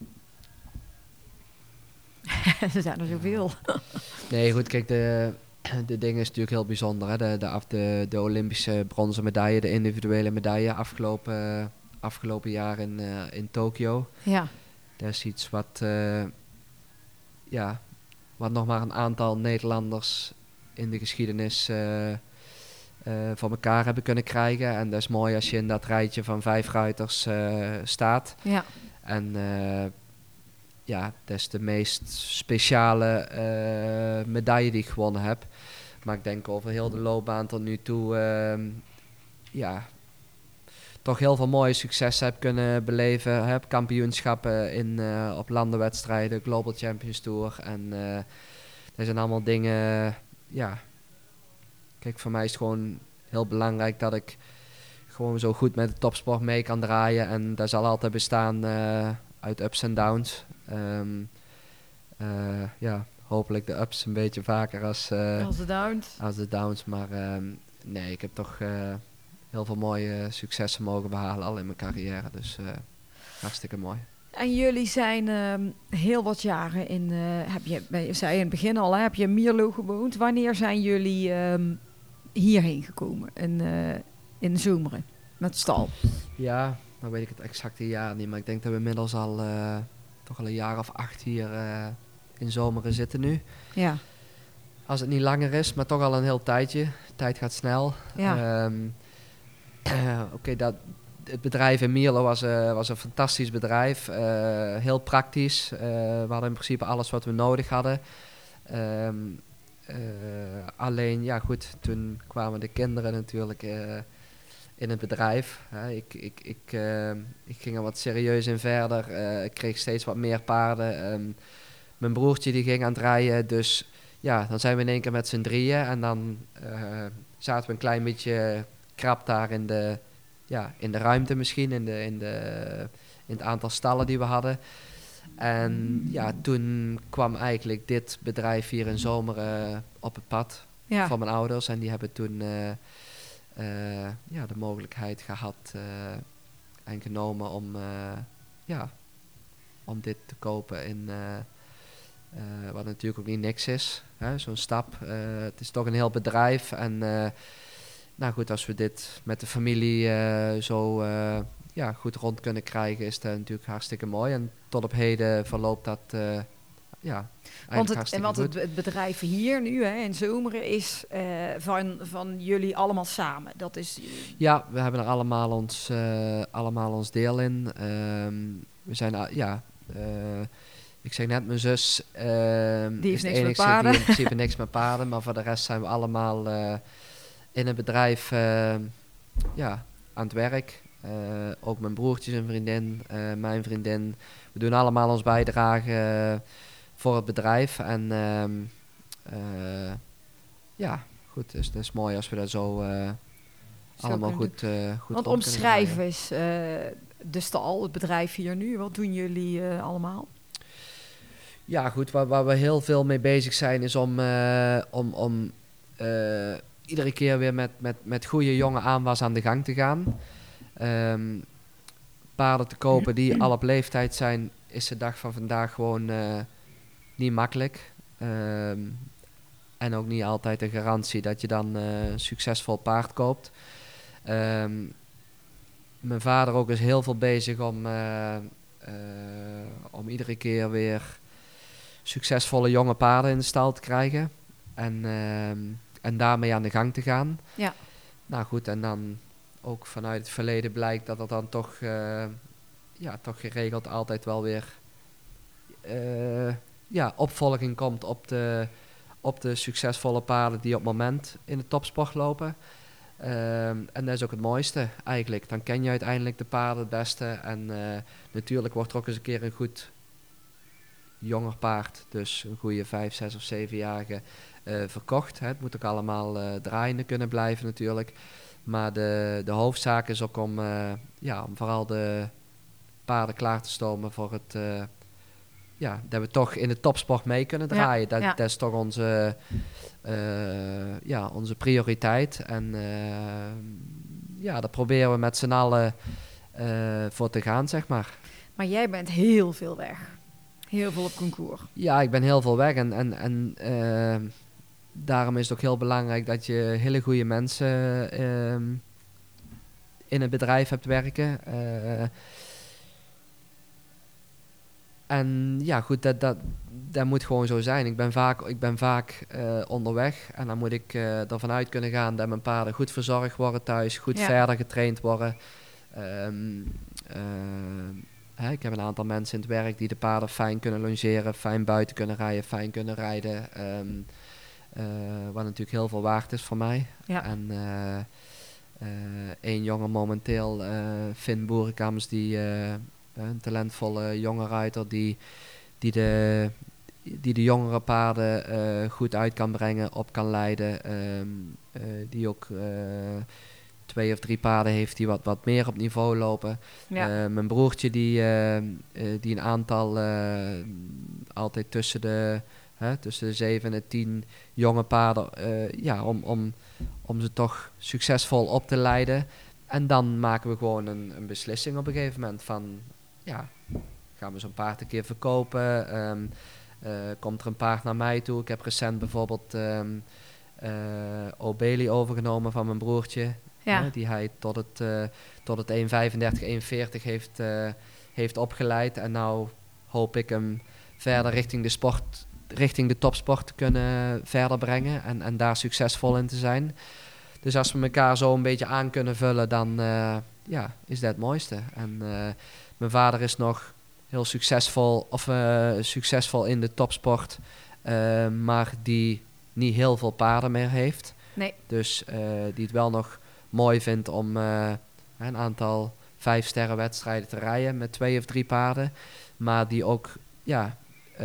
er zijn er zoveel. Nee, goed, kijk, de, de ding is natuurlijk heel bijzonder. Hè? De, de, de, de Olympische bronzen medaille, de individuele medaille afgelopen, afgelopen jaar in, uh, in Tokio. Ja. Dat is iets wat, uh, ja, wat nog maar een aantal Nederlanders in de geschiedenis uh, Uh, voor elkaar hebben kunnen krijgen. En dat is mooi als je in dat rijtje van vijf ruiters uh, staat. Ja. En uh, ja, dat is de meest speciale uh, medaille die ik gewonnen heb. Maar ik denk over heel de loopbaan tot nu toe... Uh, ja, toch heel veel mooie successen heb kunnen beleven. Heb kampioenschappen in, uh, op landenwedstrijden, Global Champions Tour. En uh, dat zijn allemaal dingen... ja. Kijk, voor mij is het gewoon heel belangrijk dat ik gewoon zo goed met de topsport mee kan draaien. En dat zal altijd bestaan uh, uit ups en downs. Um, uh, ja, hopelijk de ups een beetje vaker als, uh, als de downs. Als de downs. Maar um, nee, ik heb toch uh, heel veel mooie successen mogen behalen al in mijn carrière. Dus uh, hartstikke mooi. En jullie zijn uh, heel wat jaren in, uh, heb je, je zei in het begin al, hè, heb je in Mierlo gewoond. Wanneer zijn jullie um, hierheen gekomen, in, uh, in Zomeren, met stal? Ja, dan weet ik het exacte jaar niet, maar ik denk dat we inmiddels al uh, toch al een jaar of acht hier uh, in Zomeren zitten nu. Ja. Als het niet langer is, maar toch al een heel tijdje. De tijd gaat snel. Ja. Um, uh, Oké, okay, dat... Het bedrijf in Mierlo was, uh, was een fantastisch bedrijf, uh, heel praktisch. Uh, we hadden in principe alles wat we nodig hadden. Um, uh, alleen, ja goed, toen kwamen de kinderen natuurlijk uh, in het bedrijf. Uh, ik, ik, ik, uh, ik ging er wat serieus in verder. Uh, ik kreeg steeds wat meer paarden. Um, mijn broertje die ging aan het rijden, dus ja, dan zijn we in één keer met z'n drieën. En dan uh, zaten we een klein beetje krap daar in de... Ja, in de ruimte misschien, in, de, in, de, in het aantal stallen die we hadden. En ja, toen kwam eigenlijk dit bedrijf hier in Zomeren uh, op het pad ja. van mijn ouders. En die hebben toen uh, uh, ja, de mogelijkheid gehad uh, en genomen om, uh, ja, om dit te kopen in... Uh, uh, wat natuurlijk ook niet niks is, hè, zo'n stap. Uh, het is toch een heel bedrijf en... Uh, Nou goed, als we dit met de familie uh, zo uh, ja, goed rond kunnen krijgen, is dat natuurlijk hartstikke mooi. En tot op heden verloopt dat uh, ja, want het, hartstikke want goed. Het, het bedrijf hier nu hè, in Zomeren is uh, van, van jullie allemaal samen. Dat is... Ja, we hebben er allemaal ons, uh, allemaal ons deel in. Um, we zijn, uh, ja... Uh, ik zeg net, mijn zus uh, die is de niks enige met die in principe niks met paarden. Maar voor de rest zijn we allemaal... Uh, in het bedrijf uh, ja, aan het werk. Uh, ook mijn broertje en vriendin, uh, mijn vriendin. We doen allemaal ons bijdrage uh, voor het bedrijf. En uh, uh, ja, goed, dus het is mooi als we dat zo, uh, zo allemaal goed, uh, goed Want omschrijven is uh, de stal, het bedrijf hier nu. Wat doen jullie uh, allemaal? Ja goed, waar, waar we heel veel mee bezig zijn is om... Uh, om, om uh, iedere keer weer met, met, met goede jonge aanwas aan de gang te gaan. Um, paarden te kopen die al op leeftijd zijn, is de dag van vandaag gewoon uh, niet makkelijk. Um, en ook niet altijd een garantie dat je dan uh, een succesvol paard koopt. Um, mijn vader ook is heel veel bezig om, uh, uh, om iedere keer weer succesvolle jonge paarden in de stal te krijgen. En... Um, En daarmee aan de gang te gaan. Ja. Nou goed, en dan ook vanuit het verleden blijkt dat er dan toch, uh, ja, toch geregeld altijd wel weer uh, ja, opvolging komt op de, op de succesvolle paarden die op het moment in de topsport lopen. Uh, en dat is ook het mooiste eigenlijk. Dan ken je uiteindelijk de paarden het beste. En uh, natuurlijk wordt er ook eens een keer een goed jonger paard, dus een goede vijf, zes of zevenjarige uh, verkocht. Hè. Het moet ook allemaal uh, draaiende kunnen blijven natuurlijk. Maar de, de hoofdzaak is ook om, uh, ja, om vooral de paarden klaar te stomen voor het... Uh, ja, dat we toch in de topsport mee kunnen draaien. Ja, dat, ja. dat is toch onze, uh, ja, onze prioriteit. En uh, ja, daar proberen we met z'n allen uh, voor te gaan, zeg maar. Maar jij bent heel veel weg. Heel veel op concours. Ja, ik ben heel veel weg. En, en, en uh, daarom is het ook heel belangrijk dat je hele goede mensen uh, in het bedrijf hebt werken. Uh, en ja, goed, dat, dat, dat moet gewoon zo zijn. Ik ben vaak, ik ben vaak uh, onderweg. En dan moet ik uh, ervan uit kunnen gaan dat mijn paarden goed verzorgd worden thuis. Goed ja. verder getraind worden. Um, uh, Hè, ik heb een aantal mensen in het werk die de paarden fijn kunnen longeren, fijn buiten kunnen rijden, fijn kunnen rijden. Um, uh, wat natuurlijk heel veel waard is voor mij. Ja. En uh, uh, één jongen momenteel, uh, Finn Boerenkams, die uh, een talentvolle jonge ruiter die, die, de, die de jongere paarden uh, goed uit kan brengen, op kan leiden. Um, uh, die ook... Uh, twee of drie paarden heeft die wat, wat meer op niveau lopen. Ja. Uh, mijn broertje die, uh, uh, die een aantal uh, altijd tussen de, uh, tussen de zeven en de tien jonge paarden, uh, ja, om, om, om ze toch succesvol op te leiden. En dan maken we gewoon een, een beslissing op een gegeven moment van, ja, gaan we zo'n paard een keer verkopen. Um, uh, komt er een paard naar mij toe. Ik heb recent bijvoorbeeld um, uh, Obeli overgenomen van mijn broertje. Ja. Hè, die hij tot het, uh, tot het één vijfendertig, één veertig heeft, uh, heeft opgeleid. En nou hoop ik hem verder richting de sport, richting de topsport te kunnen verder brengen. En, en daar succesvol in te zijn. Dus als we elkaar zo een beetje aan kunnen vullen, dan uh, ja, is dat het mooiste. En uh, mijn vader is nog heel succesvol, of uh, succesvol in de topsport, uh, maar die niet heel veel paarden meer heeft. Nee. Dus uh, die het wel nog mooi vindt om uh, een aantal vijf sterren wedstrijden te rijden met twee of drie paarden. Maar die ook ja, uh,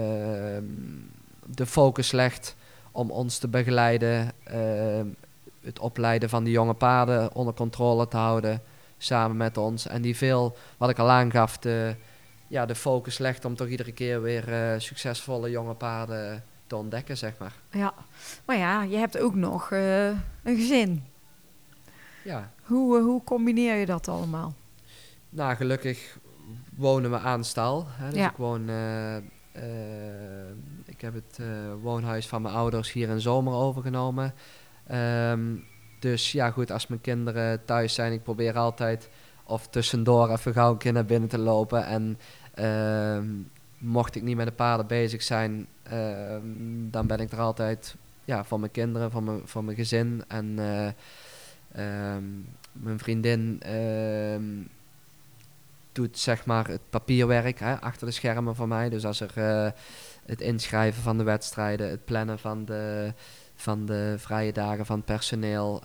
de focus legt om ons te begeleiden, uh, het opleiden van die jonge paarden onder controle te houden samen met ons. En die veel, wat ik al aangaf, de, ja, de focus legt om toch iedere keer weer uh, succesvolle jonge paarden te ontdekken, zeg maar. Ja, maar ja, je hebt ook nog uh, een gezin. Ja. Hoe, uh, hoe combineer je dat allemaal? Nou, gelukkig wonen we aan stal. Hè, dus ja. ik woon... Uh, uh, ik heb het uh, woonhuis van mijn ouders hier in Zomer overgenomen. Um, dus ja, goed, als mijn kinderen thuis zijn, ik probeer altijd of tussendoor even gauw een keer naar binnen te lopen. En uh, mocht ik niet met de paarden bezig zijn, uh, dan ben ik er altijd ja, voor mijn kinderen, voor mijn, voor mijn gezin. En uh, um, mijn vriendin uh, doet zeg maar het papierwerk hè, achter de schermen voor mij. Dus als er uh, het inschrijven van de wedstrijden, het plannen van de... van de vrije dagen van het personeel.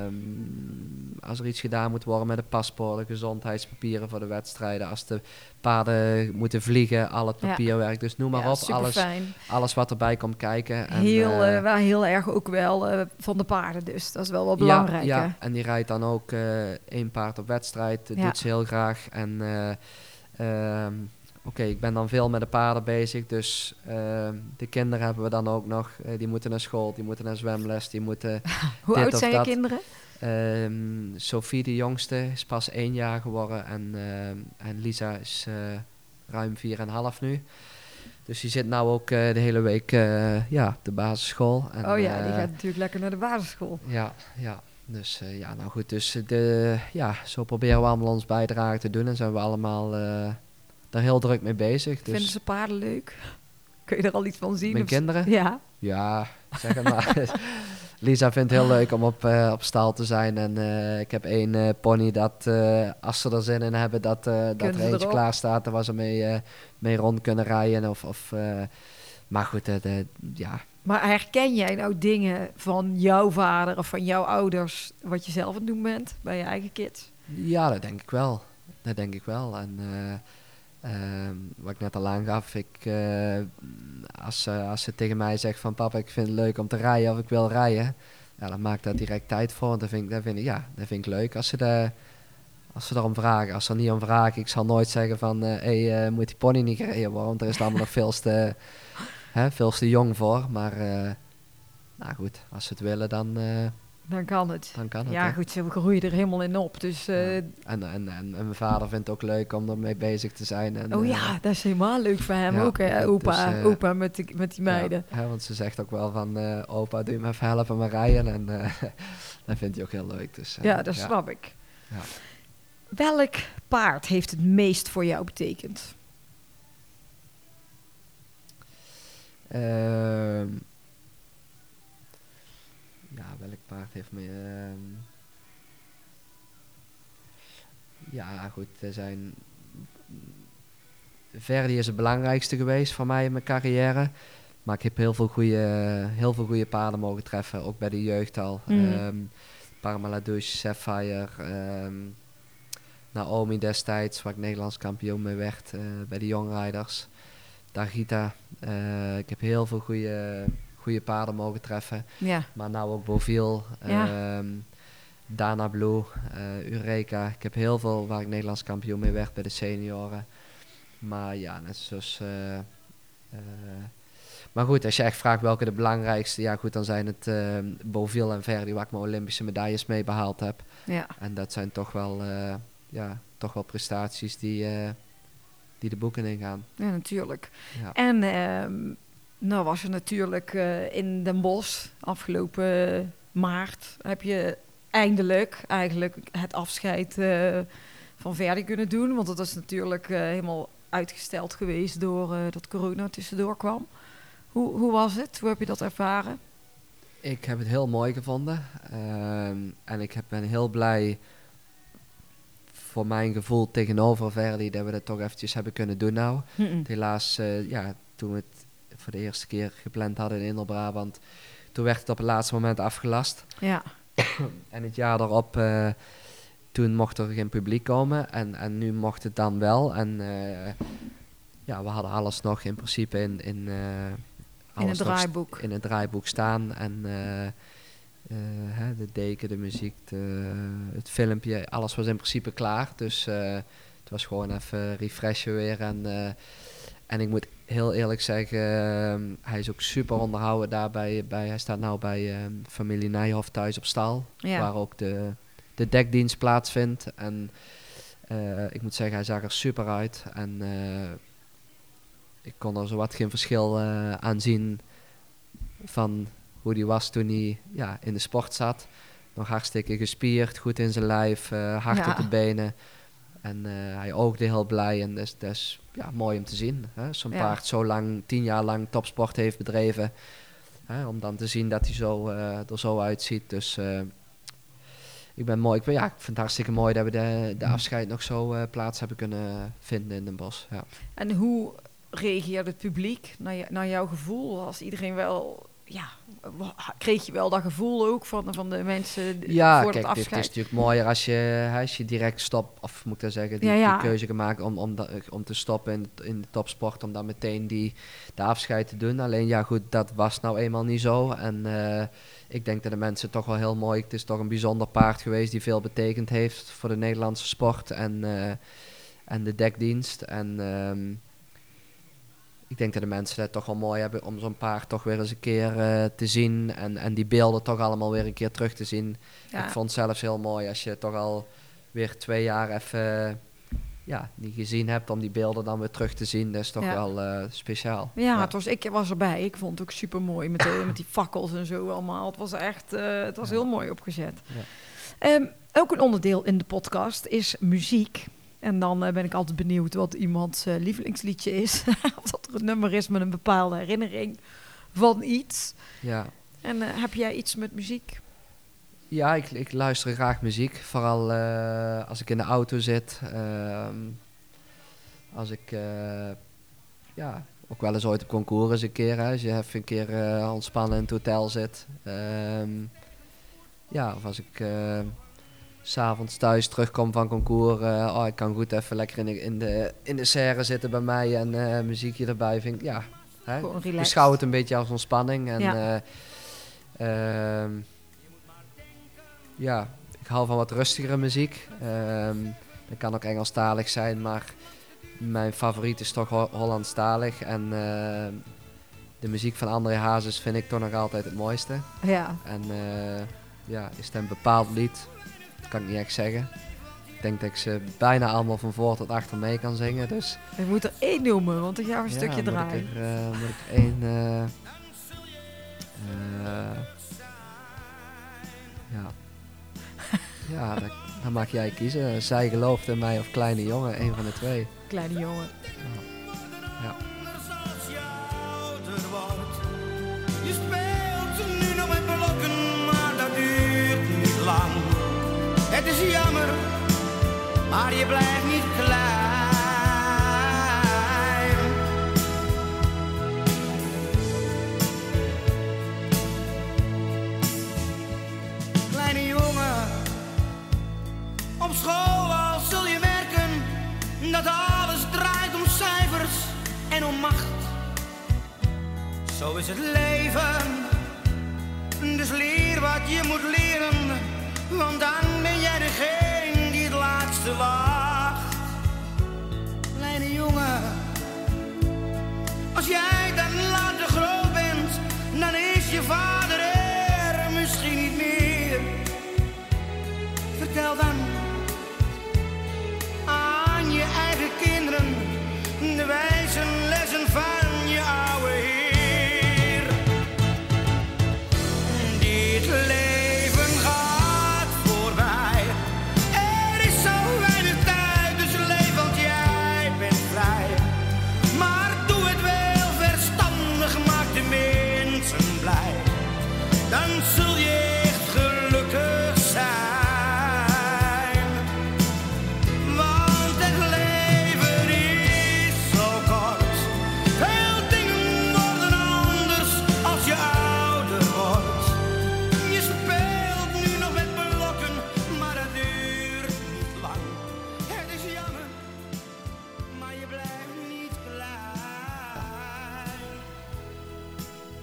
Um, als er iets gedaan moet worden met de paspoorten, gezondheidspapieren voor de wedstrijden. Als de paarden moeten vliegen, al het papierwerk. Ja. Dus noem maar ja, op, alles, alles wat erbij komt kijken. En, heel, uh, uh, wel heel erg ook wel uh, van de paarden dus. Dat is wel wel belangrijk. Ja, hè? ja. En die rijdt dan ook uh, één paard op wedstrijd. Dat ja. doet ze heel graag. En... Uh, um, Oké, okay, ik ben dan veel met de paarden bezig, dus uh, de kinderen hebben we dan ook nog. Uh, die moeten naar school, die moeten naar zwemles, die moeten Hoe dit oud of zijn dat. je kinderen? Um, Sophie, de jongste, is pas één jaar geworden en, uh, en Lisa is uh, ruim vier en half nu. Dus die zit nou ook uh, de hele week uh, ja, op de basisschool. En, oh ja, uh, die gaat natuurlijk lekker naar de basisschool. Ja, ja. Dus uh, ja, nou goed, dus de, ja, zo proberen we allemaal ons bijdrage te doen en zijn we allemaal... Uh, daar heel druk mee bezig. Dus vinden ze paarden leuk? Kun je er al iets van zien? Mijn kinderen? Ja. Ja, zeg het maar. Lisa vindt het heel leuk om op, uh, op stal te zijn. En uh, ik heb één uh, pony dat, uh, als ze er zin in hebben, dat, uh, dat er eentje klaar staat. Waar ze mee, uh, mee rond kunnen rijden. Of, of, uh, maar goed, uh, de, ja. Maar herken jij nou dingen van jouw vader of van jouw ouders... wat je zelf aan het doen bent bij je eigen kids? Ja, dat denk ik wel. Dat denk ik wel. En... Uh, Uh, wat ik net al aangaf, ik, uh, als, uh, als ze tegen mij zegt van papa, ik vind het leuk om te rijden of ik wil rijden, ja, dan maak ik daar direct tijd voor. Dat vind ik, dat vind ik, ja, dat vind ik leuk als ze, de, als ze erom vragen. Als ze er niet om vragen, ik zal nooit zeggen van, hé, uh, hey, uh, moet die pony niet gereden worden, want er is allemaal nog veel te, hè, veel te jong voor. Maar, uh, nou goed, als ze het willen, dan... Uh, Dan kan het. Dan kan het, ja, hè? goed, ze groeien er helemaal in op. Dus, uh... ja. en, en, en, en mijn vader vindt het ook leuk om ermee bezig te zijn. En, oh uh, ja, dat is helemaal leuk voor hem ja, ook, hè, opa, dus, uh, opa met, die, met die meiden. Ja, hè, want ze zegt ook wel van, uh, opa, doe je me even helpen met rijden. En uh, dat vindt hij ook heel leuk. Dus, uh, ja, dat ja. snap ik. Ja. Welk paard heeft het meest voor jou betekend? Uh, Ja, welk paard heeft me... Uh, ja, goed, er zijn... Verdi is het belangrijkste geweest voor mij in mijn carrière. Maar ik heb heel veel goede, heel veel goede paarden mogen treffen, ook bij de jeugd al. Mm. Um, Parmaladouche, Sapphire, um, Naomi destijds, waar ik Nederlands kampioen mee werd, uh, bij de jongrijders. Dargita. Uh, ik heb heel veel goede... goede paarden mogen treffen. Ja. Maar nou ook Beauville, ja. um, Dana Blue, uh, Eureka. Ik heb heel veel waar ik Nederlands kampioen mee werd bij de senioren. Maar ja, net zoals... Uh, uh, maar goed, als je echt vraagt welke de belangrijkste... Ja goed, dan zijn het uh, Beauville en Verdi waar ik mijn Olympische medailles mee behaald heb. Ja. En dat zijn toch wel, uh, ja, toch wel prestaties die... Uh, die de boeken ingaan. Ja, natuurlijk. Ja. En uh, nou was je natuurlijk uh, in Den Bosch afgelopen maart. Heb je eindelijk eigenlijk het afscheid uh, van Verdi kunnen doen. Want dat is natuurlijk uh, helemaal uitgesteld geweest door uh, dat corona tussendoor kwam. Hoe, hoe was het? Hoe heb je dat ervaren? Ik heb het heel mooi gevonden. Uh, en ik heb, ben heel blij voor mijn gevoel tegenover Verdi dat we dat toch eventjes hebben kunnen doen nou. Mm-mm. Helaas, uh, ja, toen we het voor de eerste keer gepland hadden in Inner-Brabant, toen werd het op het laatste moment afgelast. Ja. En het jaar daarop, uh, toen mocht er geen publiek komen en, en nu mocht het dan wel. En uh, ja, we hadden alles nog in principe in, in, uh, in het draaiboek. St- in het draaiboek staan. En uh, uh, hè, de deken, de muziek, de, het filmpje, alles was in principe klaar. Dus uh, het was gewoon even refreshen weer. En, uh, en ik moet heel eerlijk zeggen, uh, hij is ook super onderhouden daarbij. Bij, hij staat nou bij uh, familie Nijhoff thuis op stal, Ja. waar ook de, de dekdienst plaatsvindt. En uh, ik moet zeggen, hij zag er super uit. En uh, ik kon er zowat geen verschil uh, aan zien van hoe hij was toen hij ja, in de sport zat. Nog hartstikke gespierd, goed in zijn lijf, uh, hard Ja. op de benen. En uh, hij oogde heel blij en dat is, dat is ja, mooi om te zien. Hè? Zo'n Ja. paard zo lang, tien jaar lang topsport heeft bedreven. Hè? Om dan te zien dat hij zo, uh, er zo uitziet. Dus uh, ik ben mooi. Ik, ben, ja, ik vind het hartstikke mooi dat we de, de afscheid nog zo uh, plaats hebben kunnen vinden in Den Bosch. Ja. En hoe reageerde het publiek naar, je, naar jouw gevoel? Was iedereen wel... Ja, kreeg je wel dat gevoel ook van, van de mensen Ja, voor kijk, het dit afscheid? is natuurlijk mooier als je, als je direct stopt, of moet ik dan zeggen, die, Ja, ja. die keuze gemaakt om, om, da, om te stoppen in, in de topsport, om dan meteen die, de afscheid te doen. Alleen ja, goed, dat was nou eenmaal niet zo. En uh, ik denk dat de mensen toch wel heel mooi, het is toch een bijzonder paard geweest die veel betekend heeft voor de Nederlandse sport en, uh, en de dekdienst. En um, ik denk dat de mensen het toch wel mooi hebben om zo'n paard toch weer eens een keer uh, te zien. En, en die beelden toch allemaal weer een keer terug te zien. Ja. Ik vond het zelfs heel mooi als je toch al weer twee jaar even uh, ja, niet gezien hebt om die beelden dan weer terug te zien. Dat is toch Ja. wel uh, speciaal. Ja, Ja. Het was, ik was erbij. Ik vond het ook super mooi met, de, met die fakkels en zo allemaal. Het was echt uh, het was Ja. heel mooi opgezet. Ja. Um, ook een onderdeel in de podcast is muziek. En dan uh, ben ik altijd benieuwd wat iemands uh, lievelingsliedje is. Of dat er een nummer is met een bepaalde herinnering van iets. Ja. En uh, heb jij iets met muziek? Ja, ik, ik luister graag muziek. Vooral uh, als ik in de auto zit. Uh, als ik uh, ja, ook wel eens ooit op concours eens een keer. Hè, als je even een keer uh, ontspannen in het hotel zit. Um, ja, of als ik uh, 's avonds thuis terugkom van concours. Uh, oh, ik kan goed even lekker in de, in de, in de serre zitten bij mij en uh, muziekje erbij. Vind ik, ja, hè, Gewoon relaxed. beschouw het een beetje als ontspanning. En, Ja. uh, um, ja, ik hou van wat rustigere muziek. Um, dat kan ook Engelstalig zijn, maar mijn favoriet is toch Ho- Hollandstalig. En uh, de muziek van André Hazes vind ik toch nog altijd het mooiste. Ja. En uh, ja, is het een bepaald lied? Dat kan ik niet echt zeggen. Ik denk dat ik ze bijna allemaal van voor tot achter mee kan zingen. Dus Je moet er één noemen, want ik ga een ja, stukje moet draaien. Ik er, uh, moet ik er één... Uh, uh, ja... Ja, dat, dan mag jij kiezen. Zij gelooft in mij of Kleine Jongen, één van de twee. Kleine jongen. Ja. Je speelt nu nog met blokken, maar dat duurt niet lang. Het is jammer, maar je blijft niet klein. Kleine jongen, op school al zul je merken dat alles draait om cijfers en om macht. Zo is het leven, dus leer wat je moet leren, want dan ben jij degene die het laatste lacht. Kleine jongen, als jij dan later groot bent, dan is je vader er misschien niet meer. Vertel dan aan je eigen kinderen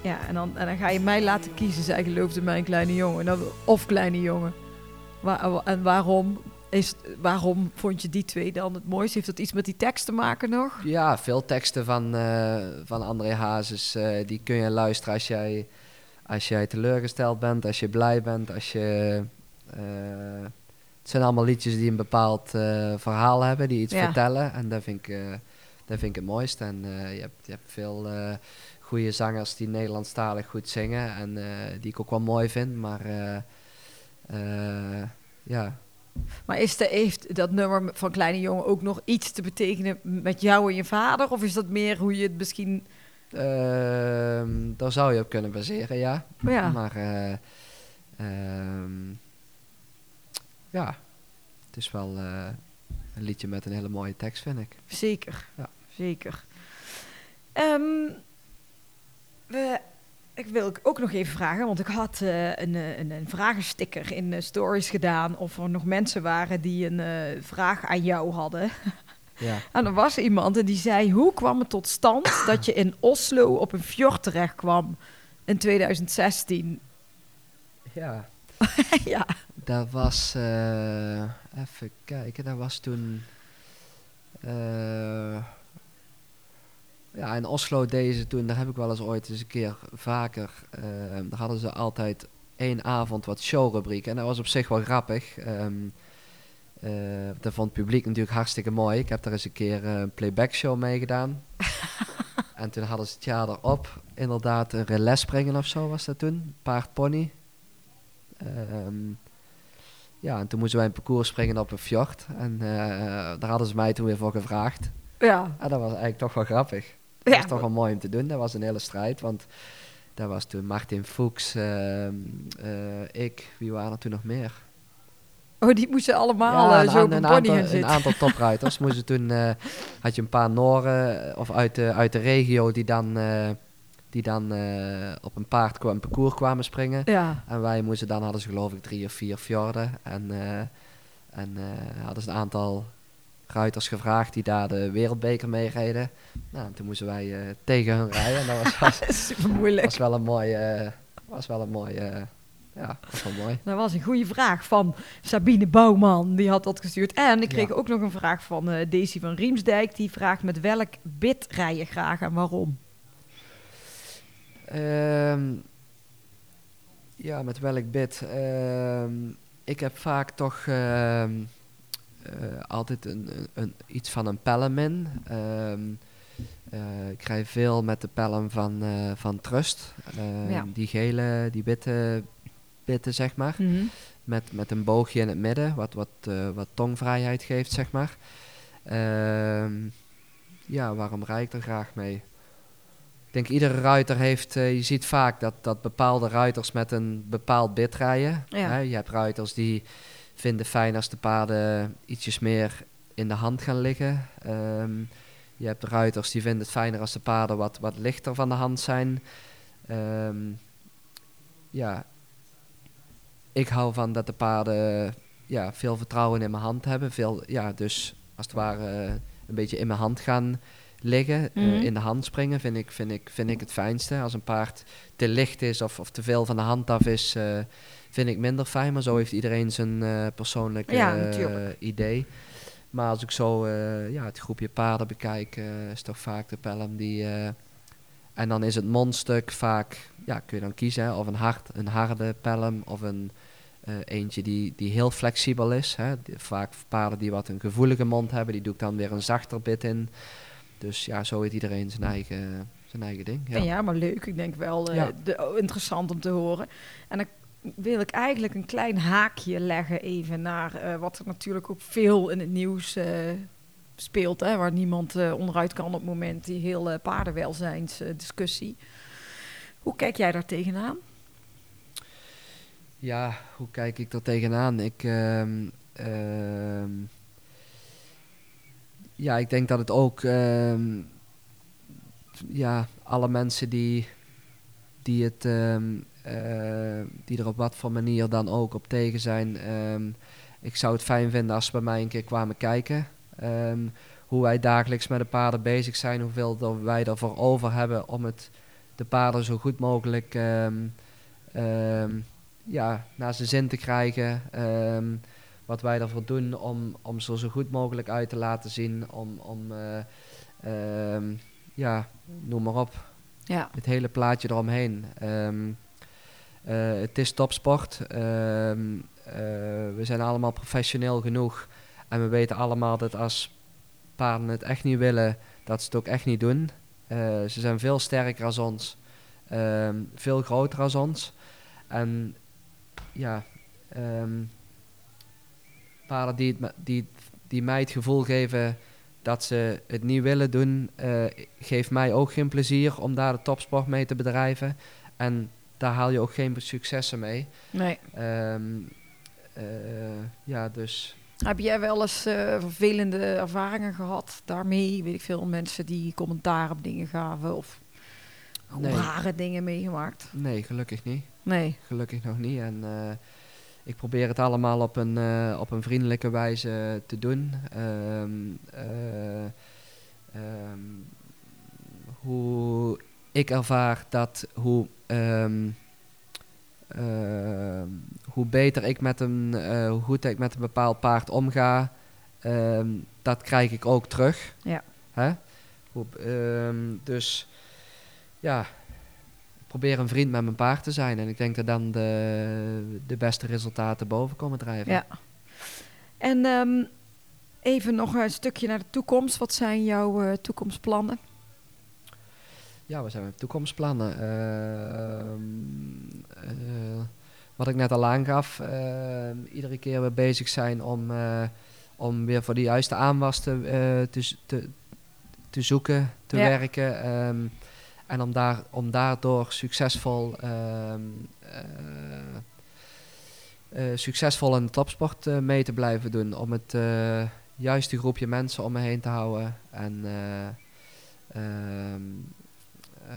Ja, en dan, en dan ga je mij laten kiezen, zij geloofde mij een kleine jongen. Dat, of kleine jongen. Waar, en waarom, is, waarom vond je die twee dan het mooiste? Heeft dat iets met die tekst te maken nog? Ja, veel teksten van, uh, van André Hazes, uh, die kun je luisteren als jij, als jij teleurgesteld bent, als je blij bent, als je... Uh, het zijn allemaal liedjes die een bepaald uh, verhaal hebben, die iets ja. vertellen. En dat vind ik, uh, dat vind ik het mooiste. En uh, je, hebt, je hebt veel uh, goede zangers die Nederlandstalig goed zingen. En uh, die ik ook wel mooi vind. Maar uh, uh, ja... Maar is de, heeft dat nummer van Kleine Jongen ook nog iets te betekenen met jou en je vader? Of is dat meer hoe je het misschien... Uh, daar zou je op kunnen baseren, ja. ja. Maar uh, uh, ja, het is wel uh, een liedje met een hele mooie tekst, vind ik. Zeker, ja. zeker. Um, we... Ik wil ook nog even vragen, want ik had uh, een, een, een vragensticker in uh, stories gedaan of er nog mensen waren die een uh, vraag aan jou hadden. Ja. En er was iemand en die zei, hoe kwam het tot stand dat je in Oslo op een fjord terecht kwam in twintig zestien? Ja. ja. Dat was, uh, even kijken, dat was toen... Uh, Ja, in Oslo deze toen, daar heb ik wel eens ooit eens een keer vaker, uh, daar hadden ze altijd één avond wat showrubriek en dat was op zich wel grappig. Um, uh, dat vond het publiek natuurlijk hartstikke mooi. Ik heb daar eens een keer uh, een playback show mee gedaan. En toen hadden ze het jaar erop, inderdaad een relais springen of zo was dat toen, paard pony. Um, ja, en toen moesten wij een parcours springen op een fjord en uh, daar hadden ze mij toen weer voor gevraagd. Ja. En dat was eigenlijk toch wel grappig. Dat ja. was toch wel mooi om te doen. Dat was een hele strijd, want dat was toen Martin Fuchs, uh, uh, ik, wie waren er toen nog meer? Oh, die moesten allemaal ja, uh, zo op een pony gaan zitten. Een aantal topruiters moesten toen, uh, had je een paar Noren of uit de, uit de regio die dan, uh, die dan uh, op een paard kwam, een parcours kwamen springen. Ja. En wij moesten dan, hadden ze geloof ik drie of vier fjorden. En, uh, en uh, hadden ze een aantal... ruiters gevraagd die daar de wereldbeker mee reden. Nou, toen moesten wij uh, tegen hun rijden. En dat was, was, super moeilijk. Was wel een mooi, uh, was wel een mooi, uh, ja, was wel mooi. Dat was een goede vraag van Sabine Bouwman. Die had dat gestuurd. En ik kreeg ja. ook nog een vraag van uh, Daisy van Riemsdijk. Die vraagt met welk bit rij je graag en waarom? Um, ja, met welk bit? Um, ik heb vaak toch... Um, Uh, altijd een, een, een, iets van een pelham in. Um, uh, ik rij veel met de pelham van, uh, van Trust. Uh, ja. Die gele, die witte bitten, zeg maar. Mm-hmm. Met, met een boogje in het midden, wat, wat, uh, wat tongvrijheid geeft, zeg maar. Uh, ja, waarom rijd ik er graag mee? Ik denk iedere ruiter heeft... Uh, je ziet vaak dat, dat bepaalde ruiters met een bepaald bit rijden. Ja. Hè? Je hebt ruiters die... vinden fijn als de paarden ietsjes meer in de hand gaan liggen. Um, je hebt ruiters die vinden het fijner als de paarden wat, wat lichter van de hand zijn. Um, ja, ik hou van dat de paarden ja, veel vertrouwen in mijn hand hebben. Veel, ja, dus als het ware uh, een beetje in mijn hand gaan liggen. Mm-hmm. Uh, in de hand springen vind ik, vind, ik, vind ik het fijnste. Als een paard te licht is of, of te veel van de hand af is... Uh, vind ik minder fijn, maar zo heeft iedereen zijn uh, persoonlijke ja, uh, idee. Maar als ik zo uh, ja, het groepje paarden bekijk, uh, is toch vaak de pelham die... Uh, en dan is het mondstuk vaak, ja, kun je dan kiezen, hè, of een, hard, een harde pelham of een uh, eentje die, die heel flexibel is. Hè. Die, vaak paarden die wat een gevoelige mond hebben, die doe ik dan weer een zachter bit in. Dus ja, zo heeft iedereen zijn eigen, zijn eigen ding. Ja. ja, maar leuk. Ik denk wel uh, ja. de, oh, interessant om te horen. En dan wil ik eigenlijk een klein haakje leggen even naar uh, wat er natuurlijk ook veel in het nieuws uh, speelt. Hè, waar niemand uh, onderuit kan op het moment, die hele paardenwelzijnsdiscussie. Uh, Hoe kijk jij daar tegenaan? Ja, hoe kijk ik er tegenaan? Ik, uh, uh, ja, ik denk dat het ook... Uh, ja, alle mensen die, die het... Uh, Uh, die er op wat voor manier dan ook op tegen zijn. Um, ik zou het fijn vinden als ze bij mij een keer kwamen kijken. Um, hoe wij dagelijks met de paarden bezig zijn. Hoeveel er wij ervoor over hebben om het de paarden zo goed mogelijk um, um, ja, naar zijn zin te krijgen. Um, wat wij ervoor doen om, om ze zo goed mogelijk uit te laten zien. Om, om uh, um, ja, noem maar op. Ja. Het hele plaatje eromheen. Um, uh, het is topsport. Um, uh, we zijn allemaal professioneel genoeg. En we weten allemaal dat als paarden het echt niet willen, dat ze het ook echt niet doen. Uh, ze zijn veel sterker als ons. Um, veel groter als ons. En ja, um, paarden die, het, die, die mij het gevoel geven dat ze het niet willen doen, uh, geeft mij ook geen plezier om daar de topsport mee te bedrijven. En daar haal je ook geen successen mee. Nee. Um, uh, ja, dus... Heb jij wel eens uh, vervelende ervaringen gehad daarmee? Weet ik veel, mensen die commentaar op dingen gaven of nee. rare dingen meegemaakt? Nee, gelukkig niet. Nee. Gelukkig nog niet. En uh, ik probeer het allemaal op een, uh, op een vriendelijke wijze te doen. Um, uh, um, hoe ik ervaar dat hoe... Um, Uh, hoe beter ik met een, uh, hoe goed ik met een bepaald paard omga, um, dat krijg ik ook terug. Ja. Hè? Hoe, um, dus ja, ik probeer een vriend met mijn paard te zijn en ik denk dat dan de, de beste resultaten boven komen drijven. Ja. En um, even nog een stukje naar de toekomst. Wat zijn jouw uh, toekomstplannen? Ja, we zijn met toekomstplannen. Uh, uh, wat ik net al aangaf, uh, iedere keer weer bezig zijn om, uh, om weer voor de juiste aanwas te, uh, te, te, te zoeken, te ja. werken. Um, en om, daar, om daardoor succesvol, um, uh, uh, succesvol in de topsport uh, mee te blijven doen. Om het uh, juiste groepje mensen om me heen te houden. En... Uh, um, Uh,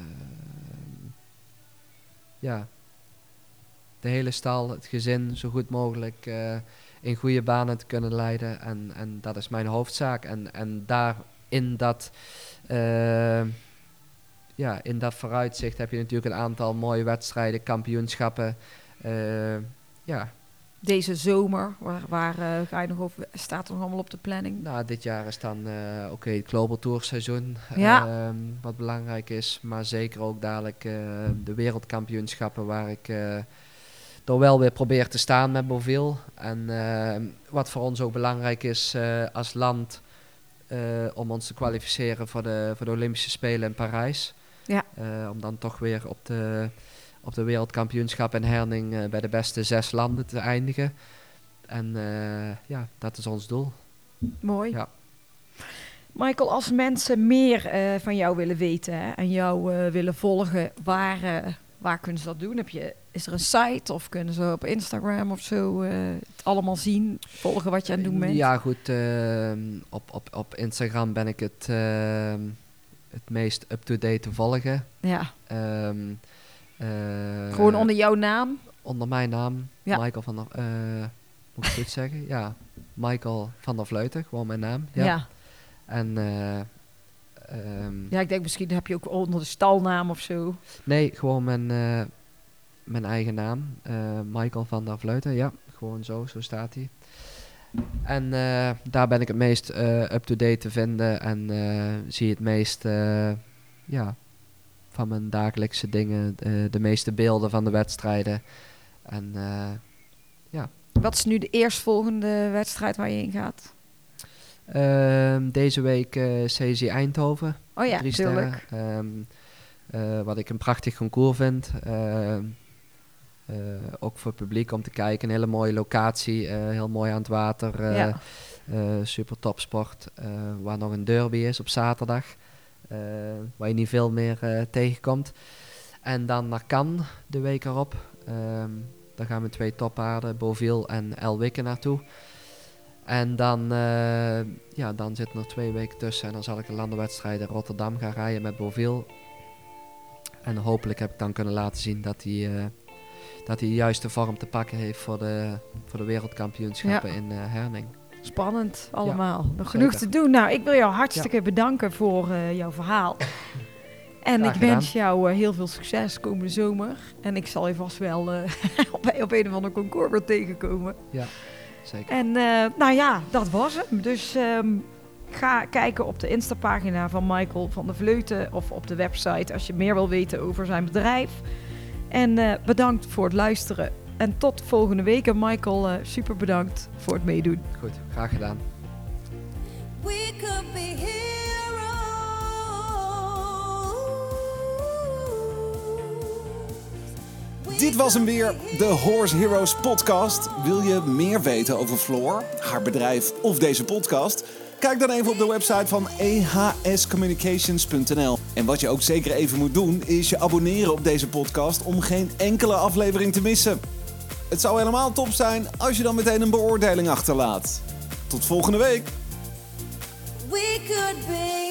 ja, de hele stal, het gezin zo goed mogelijk uh, in goede banen te kunnen leiden. En, en dat is mijn hoofdzaak. En, en daar in dat, uh, ja, in dat vooruitzicht heb je natuurlijk een aantal mooie wedstrijden, kampioenschappen. Uh, ja. Deze zomer, waar, waar uh, ga je nog over, staat er nog allemaal op de planning? Nou, dit jaar is dan uh, oké okay, het Global Tour seizoen, ja. uh, wat belangrijk is. Maar zeker ook dadelijk uh, de wereldkampioenschappen waar ik uh, er wel weer probeer te staan met Beauville. En uh, wat voor ons ook belangrijk is uh, als land, uh, om ons te kwalificeren voor de, voor de Olympische Spelen in Parijs. Ja. Uh, om dan toch weer op de... op de wereldkampioenschap in Herning uh, bij de beste zes landen te eindigen. En uh, ja, dat is ons doel. Mooi. Ja. Michael, als mensen meer uh, van jou willen weten hè, en jou uh, willen volgen, waar, uh, waar kunnen ze dat doen? Heb je, is er een site of kunnen ze op Instagram of zo uh, het allemaal zien, volgen wat je aan het doen bent? Ja, goed. Uh, op, op, op Instagram ben ik het, uh, het meest up-to-date te volgen. Ja. Um, Uh, Gewoon onder jouw naam? Onder mijn naam, ja. Michael van der... Uh, moet ik goed zeggen? Ja, Michael van der Vleuten, gewoon mijn naam. Ja. ja. En... Uh, um, ja, ik denk misschien heb je ook onder de stalnaam of zo. Nee, gewoon mijn, uh, mijn eigen naam. Uh, Michael van der Vleuten, ja. Gewoon zo, zo staat hij. En uh, daar ben ik het meest uh, up-to-date te vinden. En uh, zie het meest... Uh, ja... van mijn dagelijkse dingen, de, de meeste beelden van de wedstrijden. En uh, ja. Wat is nu de eerstvolgende wedstrijd waar je in gaat? Uh, deze week uh, C C Eindhoven. Oh ja, natuurlijk. Um, uh, wat ik een prachtig concours vind. Uh, uh, ook voor het publiek om te kijken. Een hele mooie locatie, uh, heel mooi aan het water. Uh, ja. uh, super topsport. Uh, waar nog een derby is op zaterdag. Uh, waar je niet veel meer uh, tegenkomt. En dan naar Cannes de week erop. Um, daar gaan we twee toppaarden, Beauville en Elwikke naartoe. En dan, uh, ja, dan zitten er twee weken tussen. En dan zal ik een landenwedstrijd in Rotterdam gaan rijden met Beauville. En hopelijk heb ik dan kunnen laten zien dat hij, uh, dat hij de juiste vorm te pakken heeft voor de, voor de wereldkampioenschappen ja. in uh, Herning. Spannend allemaal. Ja, nog genoeg zeker. te doen. Nou, ik wil jou hartstikke ja. bedanken voor uh, jouw verhaal. En Graag ik wens jou uh, heel veel succes komende zomer. En ik zal je vast wel uh, op, op een of andere concours weer tegenkomen. Ja, zeker. En uh, nou ja, dat was hem. Dus um, ga kijken op de Insta-pagina van Michael van der Vleuten of op de website als je meer wil weten over zijn bedrijf. En uh, bedankt voor het luisteren. En tot volgende week. En Michael, uh, super bedankt voor het meedoen. Goed, graag gedaan. We could be heroes. Dit was hem weer, de Horse Heroes podcast. Wil je meer weten over Floor, haar bedrijf of deze podcast? Kijk dan even op de website van e h s communications punt n l. En wat je ook zeker even moet doen, is je abonneren op deze podcast om geen enkele aflevering te missen. Het zou helemaal top zijn als je dan meteen een beoordeling achterlaat. Tot volgende week! We could be